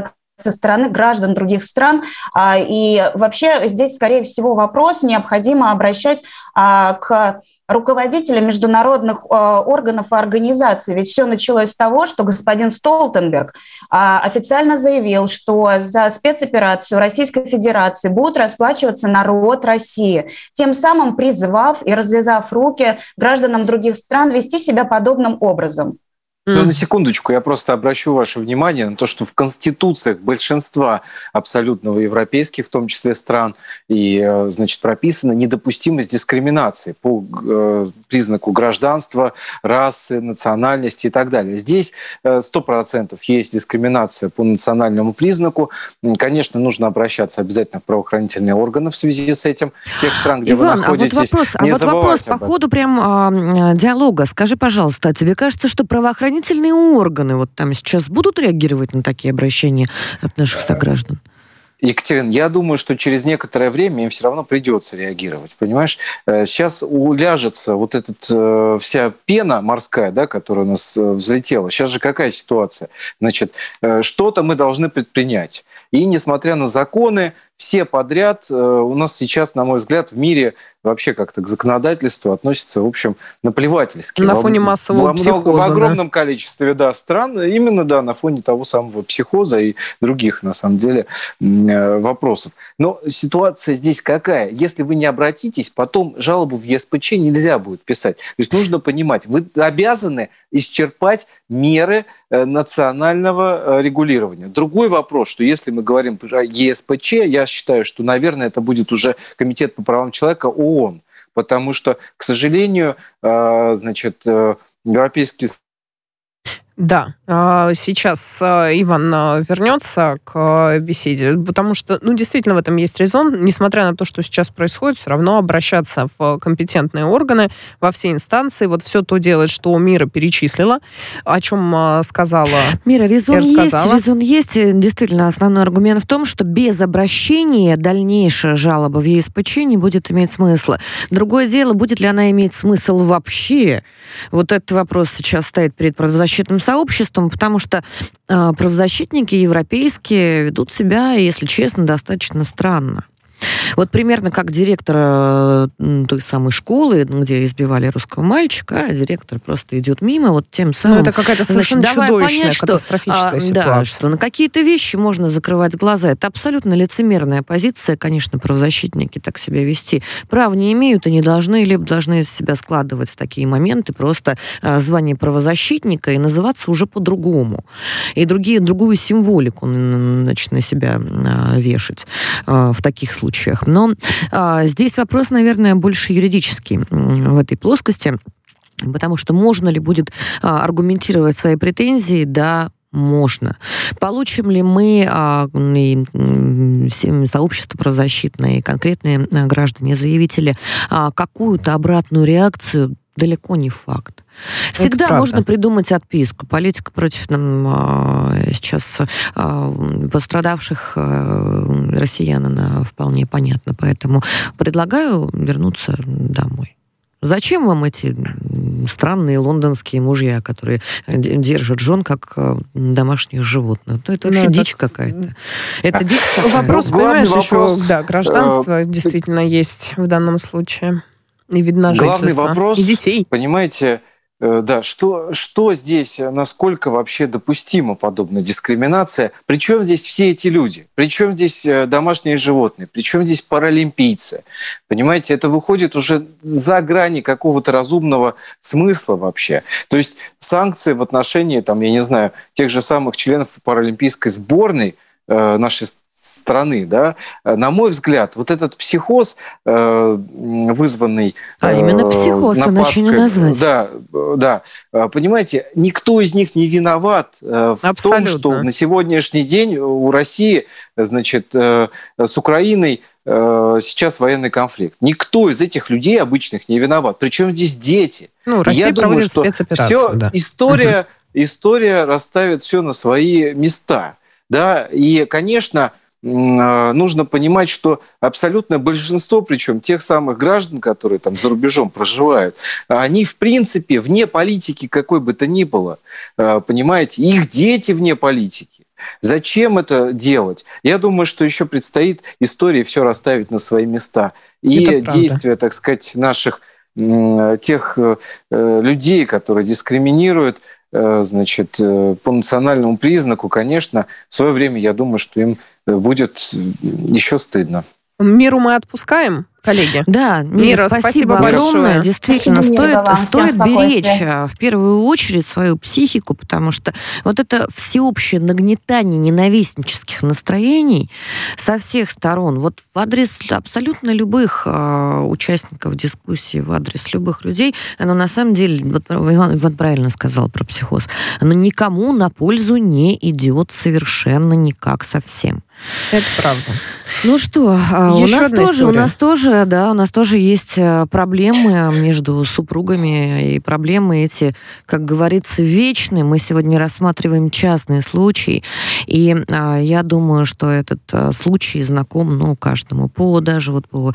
[SPEAKER 10] со стороны граждан других стран. И вообще здесь, скорее всего, вопрос необходимо обращать к руководителям международных органов и организаций. Ведь все началось с того, что господин Столтенберг официально заявил, что за спецоперацию Российской Федерации будет расплачиваться народ России, тем самым призывав и развязав руки гражданам других стран вести себя подобным образом.
[SPEAKER 7] Ну, на секундочку, я просто обращу ваше внимание на то, что в конституциях большинства абсолютно европейских, в том числе стран, и, значит, прописана недопустимость дискриминации по признаку гражданства, расы, национальности и так далее. Здесь 100% есть дискриминация по национальному признаку. Конечно, нужно обращаться обязательно в правоохранительные органы в связи с этим. Тех стран, где
[SPEAKER 1] Иван,
[SPEAKER 7] вы находитесь,
[SPEAKER 1] не забывайте по ходу прям диалога. Скажи, пожалуйста, тебе кажется, что правоохранительные органы вот там сейчас будут реагировать на такие обращения от наших сограждан?
[SPEAKER 7] Екатерина, я думаю, что через некоторое время им все равно придется реагировать, понимаешь? Сейчас уляжется вот эта вся пена морская, да, которая у нас взлетела. Сейчас же какая ситуация? Значит, что-то мы должны предпринять. И несмотря на законы, все подряд у нас сейчас, на мой взгляд, в мире вообще как-то к законодательству относятся, в общем, наплевательски.
[SPEAKER 5] На фоне массового психоза.
[SPEAKER 7] В огромном количестве, да, стран, именно, да, на фоне того самого психоза и других, на самом деле, вопросов. Но ситуация здесь какая? Если вы не обратитесь, потом жалобу в ЕСПЧ нельзя будет писать. То есть нужно понимать, вы обязаны исчерпать меры национального регулирования. Другой вопрос, что если мы говорим про ЕСПЧ, я считаю, что, наверное, это будет уже Комитет по правам человека ООН, потому что, к сожалению, значит, Европейский...
[SPEAKER 5] Да, сейчас Иван вернется к беседе, потому что, ну, действительно, в этом есть резон. Несмотря на то, что сейчас происходит, все равно обращаться в компетентные органы, во все инстанции, вот все то делать, что Мира перечислила, о чем сказала.
[SPEAKER 1] Мира, резон есть. Действительно, основной аргумент в том, что без обращения дальнейшая жалоба в ЕСПЧ не будет иметь смысла. Другое дело, будет ли она иметь смысл вообще? Вот этот вопрос сейчас стоит перед правозащитным сообществом, потому что правозащитники европейские ведут себя, если честно, достаточно странно. Вот примерно как директор той самой школы, где избивали русского мальчика, а директор просто идет мимо, вот тем самым...
[SPEAKER 5] Ну, это какая-то совершенно чудовищная, катастрофическая ситуация.
[SPEAKER 1] Да, что на какие-то вещи можно закрывать глаза. Это абсолютно лицемерная позиция, конечно, правозащитники так себя вести. Прав не имеют и не должны, либо должны из себя складывать в такие моменты просто звание правозащитника и называться уже по-другому. И другую символику, значит, на себя вешать в таких случаях. Но здесь вопрос, наверное, больше юридический в этой плоскости, потому что можно ли будет аргументировать свои претензии? Да, можно. Получим ли мы, сообщество правозащитное, и конкретные граждане-заявители, какую-то обратную реакцию? Далеко не факт. Всегда можно придумать отписку. Политика против сейчас пострадавших россиян, она вполне понятна. Поэтому предлагаю вернуться домой. Зачем вам эти странные лондонские мужья, которые держат жен как домашних животных? Это вообще дичь какая-то. Это дичь какая-то.
[SPEAKER 5] Вопрос, понимаешь, еще гражданство действительно есть в данном случае. И видно жительство.
[SPEAKER 7] Главный вопрос,
[SPEAKER 5] и детей.
[SPEAKER 7] Понимаете, да, что здесь, насколько вообще допустима подобная дискриминация? Причем здесь все эти люди? Причем здесь домашние животные? Причем здесь паралимпийцы? Понимаете, это выходит уже за грани какого-то разумного смысла вообще. То есть санкции в отношении, там, я не знаю, тех же самых членов паралимпийской сборной нашей страны, да, на мой взгляд, вот этот психоз, вызванный
[SPEAKER 1] именно психоз, иначе не назвать.
[SPEAKER 7] Да, понимаете, никто из них не виноват в том, что на сегодняшний день у России, значит, с Украиной сейчас военный конфликт. Никто из этих людей обычных не виноват. Причем здесь дети.
[SPEAKER 5] Ну, Россия проводит спецоперацию.
[SPEAKER 7] Да. История расставит все на свои места. Да, и, конечно, нужно понимать, что абсолютное большинство, причем тех самых граждан, которые там за рубежом проживают, они, в принципе, вне политики какой бы то ни было. Понимаете, их дети вне политики. Зачем это делать? Я думаю, что еще предстоит истории все расставить на свои места. И действия, так сказать, наших тех людей, которые дискриминируют, значит, по национальному признаку, конечно, в свое время, я думаю, что им будет еще стыдно.
[SPEAKER 5] Миру мы отпускаем, коллеги?
[SPEAKER 1] Да,
[SPEAKER 5] Мира, спасибо большое.
[SPEAKER 1] Действительно, стоит беречь в первую очередь свою психику, потому что вот это всеобщее нагнетание ненавистнических настроений со всех сторон, вот в адрес абсолютно любых участников дискуссии, в адрес любых людей, оно на самом деле, вот Иван правильно сказал про психоз, оно никому на пользу не идет совершенно никак совсем.
[SPEAKER 5] Это правда.
[SPEAKER 1] Ну что, у нас тоже есть проблемы между супругами, и проблемы эти, как говорится, вечные. Мы сегодня рассматриваем частный случай, и я думаю, что этот случай знаком, каждому даже по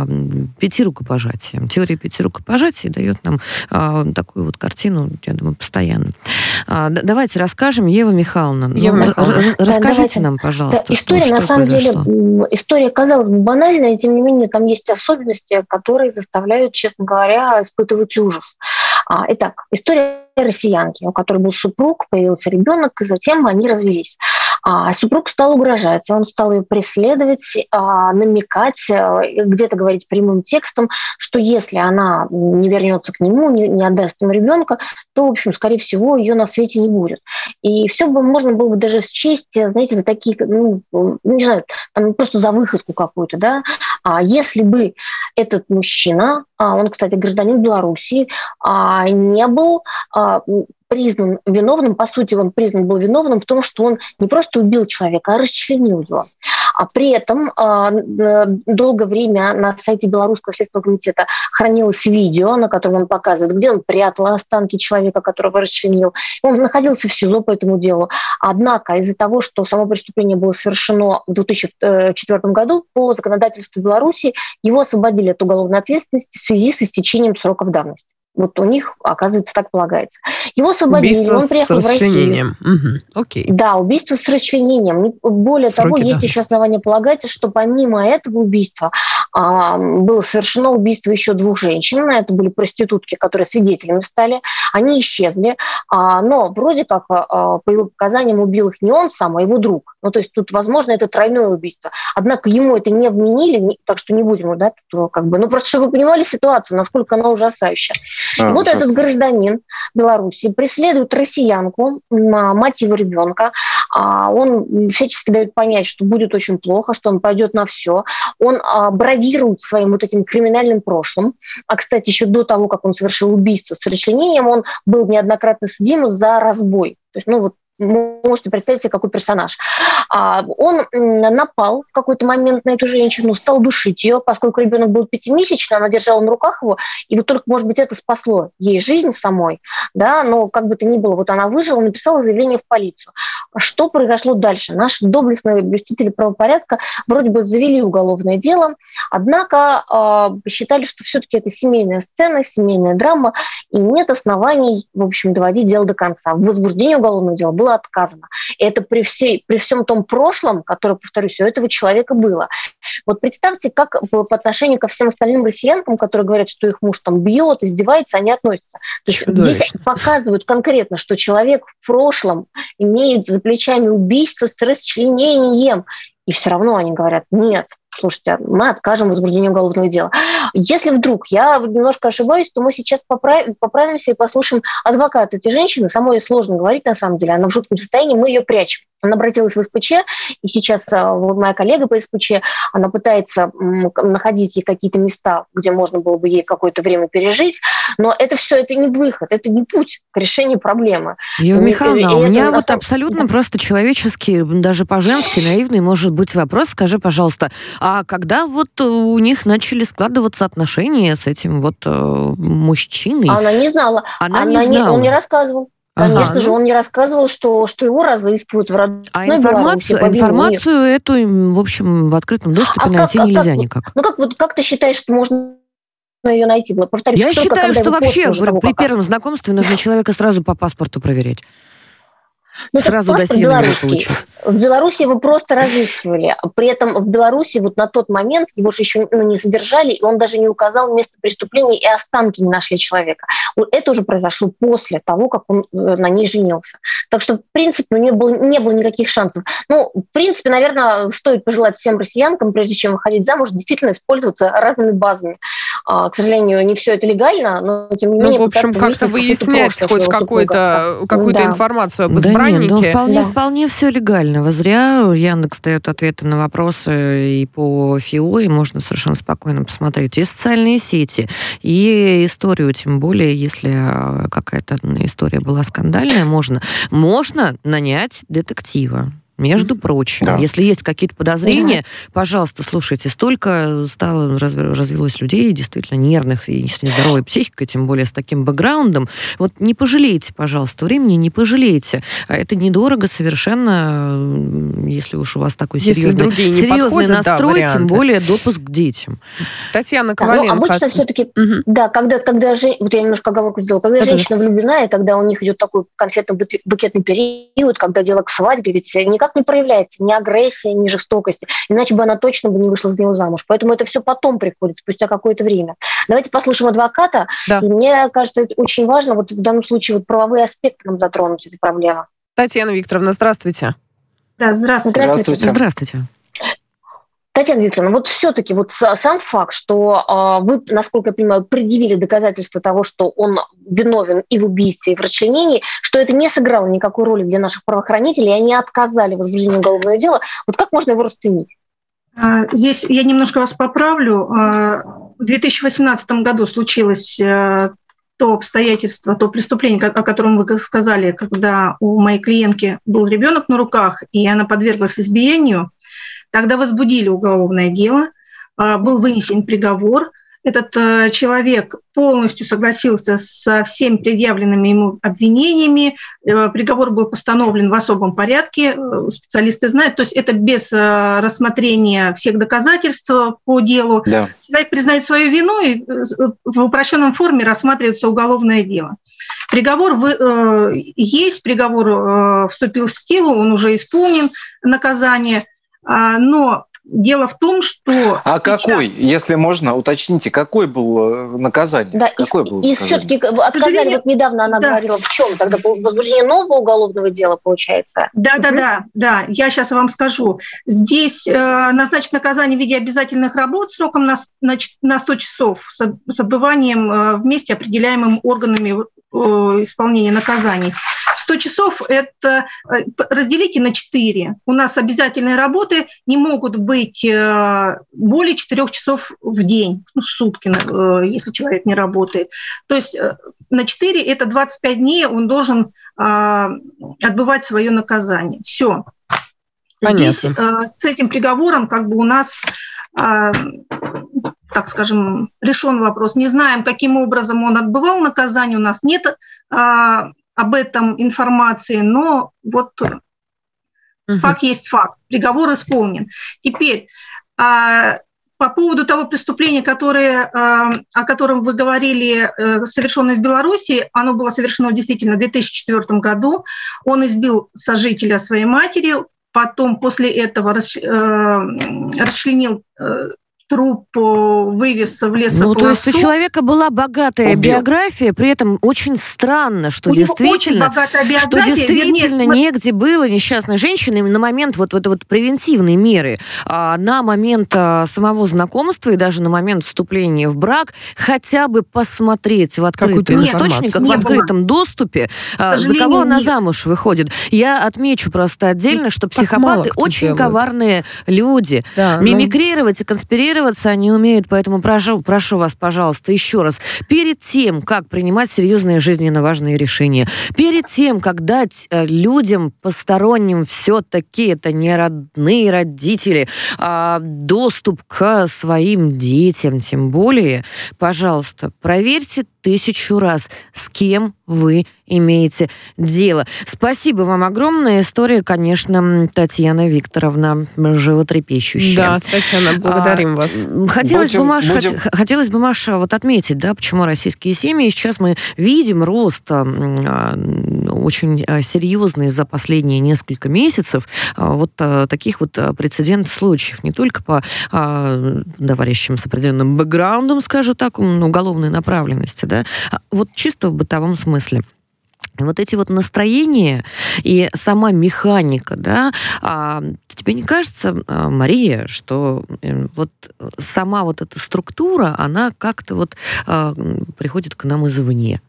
[SPEAKER 1] 5 рукопожатиям. Теория 5 рукопожатий дает нам такую вот картину, я думаю, постоянно. Давайте расскажем. Ева Михайловна, расскажите нам, пожалуйста,
[SPEAKER 3] история, на самом деле, история, казалось бы, банальная, и тем не менее там есть особенности, которые заставляют, честно говоря, испытывать ужас. Итак, история россиянки, у которой был супруг, появился ребенок, и затем они развелись. Супруг стал угрожать, он стал ее преследовать, намекать, где-то говорить прямым текстом, что если она не вернется к нему, не отдаст ему ребенка, то, в общем, скорее всего, ее на свете не будет. И все бы можно было бы даже счесть, знаете, за такие, не знаю, там просто за выходку какую-то, да. Если бы этот мужчина, он, кстати, гражданин Белоруссии, не был признан виновным, по сути, он признан был виновным в том, что он не просто убил человека, а расчленил его. А при этом долгое время на сайте Белорусского следственного комитета хранилось видео, на котором он показывает, где он прятал останки человека, которого расчленил. Он находился в СИЗО по этому делу. Однако из-за того, что само преступление было совершено в 2004 году, по законодательству Беларуси его освободили от уголовной ответственности в связи с истечением сроков давности. Вот у них, оказывается, так полагается. Его освободили,
[SPEAKER 5] убийство
[SPEAKER 3] он приехал в
[SPEAKER 5] Россию. Окей.
[SPEAKER 3] Да, убийство с расчленением. Более того, есть еще основания полагать, что помимо этого убийства было совершено убийство еще 2 женщин. Это были проститутки, которые свидетелями стали. Они исчезли. Но вроде как, по его показаниям, убил их не он сам, а его друг. То есть тут, возможно, это тройное убийство. Однако ему это не вменили, так что не будем, просто чтобы вы понимали ситуацию, насколько она ужасающая. И вот этот гражданин Беларуси преследует россиянку, мать его ребенка. Он всячески дает понять, что будет очень плохо, что он пойдет на все. Он бродирует своим вот этим криминальным прошлым. Кстати, еще до того, как он совершил убийство с расчленением, он был неоднократно судим за разбой. То есть, можете представить себе, какой персонаж. Он напал в какой-то момент на эту женщину, стал душить ее, поскольку ребенок был 5-месячный, она держала на руках его, и вот только, может быть, это спасло ей жизнь самой, да, но как бы то ни было, вот она выжила, написала заявление в полицию. Что произошло дальше? Наши доблестные блюстители правопорядка вроде бы завели уголовное дело, однако считали, что все-таки это семейная сцена, семейная драма, и нет оснований, в общем, доводить дело до конца. В возбуждении уголовного дела было отказано. И это при всем том прошлом, которое, повторюсь, у этого человека было. Вот представьте, как по отношению ко всем остальным россиянкам, которые говорят, что их муж там бьет, издевается, они относятся. То есть здесь показывают конкретно, что человек в прошлом имеет за плечами убийство с расчленением. И все равно они говорят, нет, слушайте, мы откажем в возбуждении уголовного дела. Если вдруг я немножко ошибаюсь, то мы сейчас поправимся и послушаем адвоката этой женщины. Самой сложно говорить, на самом деле. Она в жутком состоянии, мы ее прячем. Она обратилась в СПЧ, и сейчас моя коллега по СПЧ, она пытается находить ей какие-то места, где можно было бы ей какое-то время пережить, но это все, это не выход, это не путь к решению проблемы.
[SPEAKER 1] Ева Михайловна, у меня вот абсолютно просто человеческий, даже по-женски наивный может быть вопрос. Скажи, пожалуйста, а когда вот у них начали складываться отношения с этим вот мужчиной?
[SPEAKER 3] Она не знала.
[SPEAKER 1] Она не знала.
[SPEAKER 3] Он не рассказывал. Конечно же, он не рассказывал, что его разыскивают в родной Беларуси.
[SPEAKER 1] Информацию эту, в общем, в открытом доступе найти нельзя никак.
[SPEAKER 3] Как ты считаешь, что можно ее найти? Повторюсь,
[SPEAKER 1] я считаю, что вообще при первом знакомстве нужно человека сразу по паспорту проверять. Сразу досье получить.
[SPEAKER 3] В Беларуси его просто разыскивали. При этом в Беларуси вот на тот момент его же еще не задержали, и он даже не указал место преступления, и останки не нашли человека. Это уже произошло после того, как он на ней женился. Так что, в принципе, у него не было никаких шансов. В принципе, наверное, стоит пожелать всем россиянкам, прежде чем выходить замуж, действительно использоваться разными базами. К сожалению, не все это легально, но тем не менее...
[SPEAKER 5] в общем, как-то выяснять хоть какую-то информацию об избраннике.
[SPEAKER 1] Нет, вполне все легально. Вы зря Яндекс дает ответы на вопросы и по ФИО, и можно совершенно спокойно посмотреть и социальные сети, и историю, тем более, если какая-то история была скандальная, можно нанять детектива. Между прочим, если есть какие-то подозрения, пожалуйста, слушайте, столько развелось людей, действительно нервных и с нездоровой психикой, тем более с таким бэкграундом. Вот не пожалейте, пожалуйста, времени не пожалейте. Это недорого совершенно, если уж у вас такой серьезный настрой, тем более допуск к детям.
[SPEAKER 5] Татьяна Коваленко.
[SPEAKER 3] Обычно все-таки, когда вот я немножко оговорку сделала, когда женщина влюблена, и когда у них идет такой конфетно-букетный период, когда дело к свадьбе, ведь никак не проявляется ни агрессия, ни жестокости. Иначе бы она точно бы не вышла за него замуж. Поэтому это все потом приходит, спустя какое-то время. Давайте послушаем адвоката. Да. И мне кажется, это очень важно вот в данном случае правовые аспекты нам затронуть этой проблемы.
[SPEAKER 5] Татьяна Викторовна, здравствуйте.
[SPEAKER 3] Да, здравствуйте.
[SPEAKER 1] Здравствуйте.
[SPEAKER 3] Татьяна Викторовна, вот все-таки сам факт, что вы, насколько я понимаю, предъявили доказательства того, что он виновен и в убийстве, и в расчленении, что это не сыграло никакой роли для наших правоохранителей, и они отказали в возбуждении уголовного дела. Вот как можно его расценить?
[SPEAKER 11] Здесь я немножко вас поправлю. В 2018 году случилось то обстоятельство, то преступление, о котором вы сказали, когда у моей клиентки был ребенок на руках, и она подверглась избиению. Тогда возбудили уголовное дело, был вынесен приговор. Этот человек полностью согласился со всеми предъявленными ему обвинениями. Приговор был постановлен в особом порядке, специалисты знают. То есть это без рассмотрения всех доказательств по делу. Да. Человек признает свою вину, и в упрощенном форме рассматривается уголовное дело. Приговор есть, приговор вступил в силу, он уже исполнен, наказание. Но дело в том, что...
[SPEAKER 7] Какой, если можно, уточните, какой был наказание?
[SPEAKER 3] Да, и все-таки отказали, вот недавно она говорила, в чем тогда возбуждение нового уголовного дела, получается?
[SPEAKER 11] Да, я сейчас вам скажу. Здесь назначено наказание в виде обязательных работ сроком на 100 часов с отбыванием вместе определяемым органами исполнения наказаний. 100 часов – это разделите на 4. У нас обязательные работы не могут быть более 4 часов в день, в сутки, если человек не работает. То есть на 4 – это 25 дней он должен отбывать свое наказание. Все. Здесь с этим приговором у нас... так скажем, решен вопрос. Не знаем, каким образом он отбывал наказание, у нас нет об этом информации, но факт есть факт. Приговор исполнен. Теперь, по поводу того преступления, о котором вы говорили, совершенное в Беларуси, оно было совершено действительно в 2004 году. Он избил сожителя своей матери, потом после этого расчленил труп, вывез в лесополосу.
[SPEAKER 1] То есть у человека была богатая биография, при этом очень странно, что действительно негде было несчастной женщине на момент превентивной меры, на момент самого знакомства и даже на момент вступления в брак хотя бы посмотреть в открытых источниках, в открытом доступе, за кого она замуж выходит. Я отмечу просто отдельно, что психопаты очень коварные люди. Мимикрировать и конспирировать они умеют, поэтому прошу вас, пожалуйста, еще раз, перед тем, как принимать серьезные жизненно важные решения, перед тем, как дать людям посторонним, все-таки это не родные родители, доступ к своим детям, тем более, пожалуйста, проверьте 1000 раз, с кем вы имеете дело. Спасибо вам огромное. История, конечно, Татьяна Викторовна, животрепещущая.
[SPEAKER 5] Да, Татьяна, благодарим вас.
[SPEAKER 1] Хотелось бы, Маша, вот отметить, да, почему российские семьи. Сейчас мы видим рост очень серьезный за последние несколько месяцев вот таких вот прецедентных случаев. Не только по товарищам с определенным бэкграундом, скажу так, уголовной направленности, да, а вот чисто в бытовом смысле. Вот эти вот настроения и сама механика, да, тебе не кажется, Мария, что вот сама вот эта структура, она как-то вот приходит к нам извне?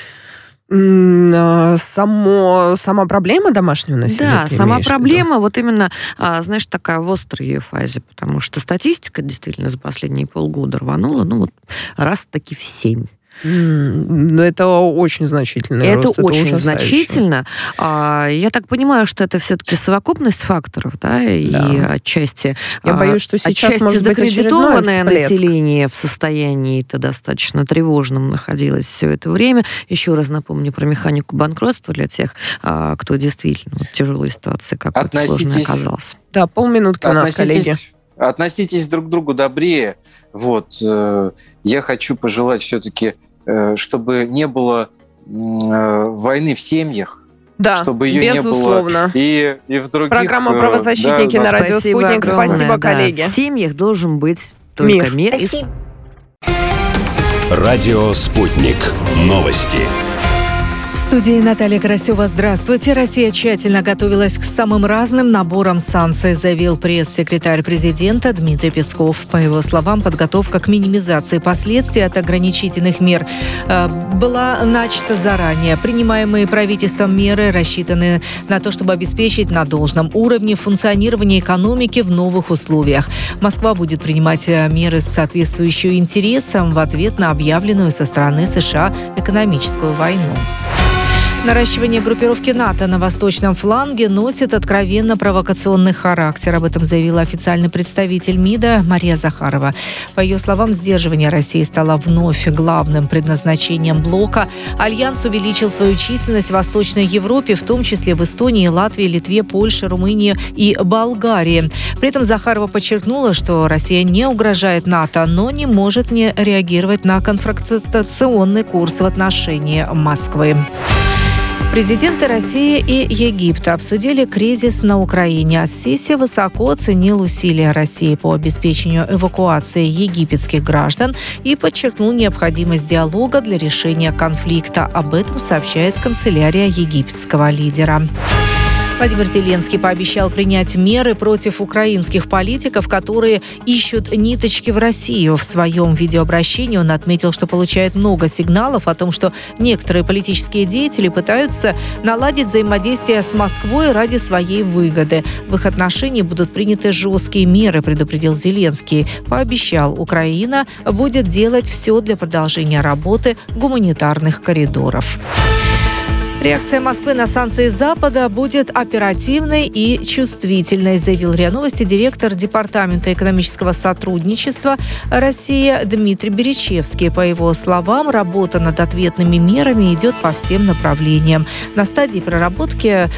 [SPEAKER 5] Сама проблема домашнего насилия?
[SPEAKER 1] Да, сама проблема, вот именно, знаешь, такая в острой ее фазе, потому что статистика действительно за последние полгода рванула, ну вот раз-таки в 7.
[SPEAKER 5] Но это очень значительный рост.
[SPEAKER 1] Это очень значительно. Я так понимаю, что это все-таки совокупность факторов, да, и отчасти...
[SPEAKER 5] Я боюсь, что сейчас может быть
[SPEAKER 1] закредитованное население в состоянии-то достаточно тревожном находилось все это время. Еще раз напомню про механику банкротства для тех, кто действительно в тяжелой ситуации какой-то сложной оказался.
[SPEAKER 5] Да, полминутки у нас, коллеги.
[SPEAKER 7] Относитесь друг к другу добрее. Вот. Я хочу пожелать все-таки, чтобы не было войны в семьях,
[SPEAKER 5] да,
[SPEAKER 7] чтобы ее
[SPEAKER 5] безусловно.
[SPEAKER 7] Не было и в других...
[SPEAKER 5] Программа «Правозащитники» на радио «Спутник». Спасибо, коллеги.
[SPEAKER 1] В семьях должен быть только мир.
[SPEAKER 4] Радио «Спутник». Новости.
[SPEAKER 9] В студии Наталья Карасева. Здравствуйте. Россия тщательно готовилась к самым разным наборам санкций, заявил пресс-секретарь президента Дмитрий Песков. По его словам, подготовка к минимизации последствий от ограничительных мер была начата заранее. Принимаемые правительством меры рассчитаны на то, чтобы обеспечить на должном уровне функционирование экономики в новых условиях. Москва будет принимать меры, соответствующие интересам, в ответ на объявленную со стороны США экономическую войну. Наращивание группировки НАТО на восточном фланге носит откровенно провокационный характер. Об этом заявила официальный представитель МИДа Мария Захарова. По ее словам, сдерживание России стало вновь главным предназначением блока. Альянс увеличил свою численность в Восточной Европе, в том числе в Эстонии, Латвии, Литве, Польше, Румынии и Болгарии. При этом Захарова подчеркнула, что Россия не угрожает НАТО, но не может не реагировать на конфронтационный курс в отношении Москвы. Президенты России и Египта обсудили кризис на Украине. Сиси высоко оценил усилия России по обеспечению эвакуации египетских граждан и подчеркнул необходимость диалога для решения конфликта. Об этом сообщает канцелярия египетского лидера. Владимир Зеленский пообещал принять меры против украинских политиков, которые ищут ниточки в Россию. В своем видеообращении он отметил, что получает много сигналов о том, что некоторые политические деятели пытаются наладить взаимодействие с Москвой ради своей выгоды. В их отношении будут приняты жесткие меры, предупредил Зеленский. Пообещал, Украина будет делать все для продолжения работы гуманитарных коридоров. Реакция Москвы на санкции Запада будет оперативной и чувствительной, заявил РИА Новости директор Департамента экономического сотрудничества России Дмитрий Беречевский. По его словам, работа над ответными мерами идет по всем направлениям. На стадии переработки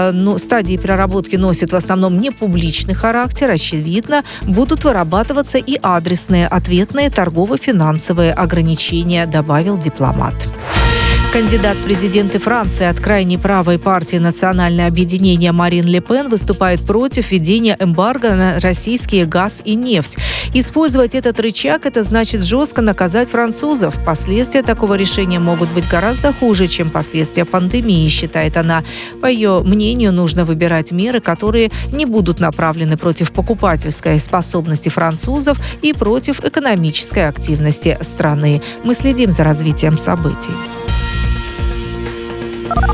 [SPEAKER 9] носит в основном непубличный характер. Очевидно, будут вырабатываться и адресные ответные торгово-финансовые ограничения, добавил дипломат. Кандидат в президенты Франции от крайней правой партии «Национальное объединение» Марин Ле Пен выступает против введения эмбарго на российский газ и нефть. Использовать этот рычаг – это значит жестко наказать французов. Последствия такого решения могут быть гораздо хуже, чем последствия пандемии, считает она. По ее мнению, нужно выбирать меры, которые не будут направлены против покупательской способности французов и против экономической активности страны. Мы следим за развитием событий.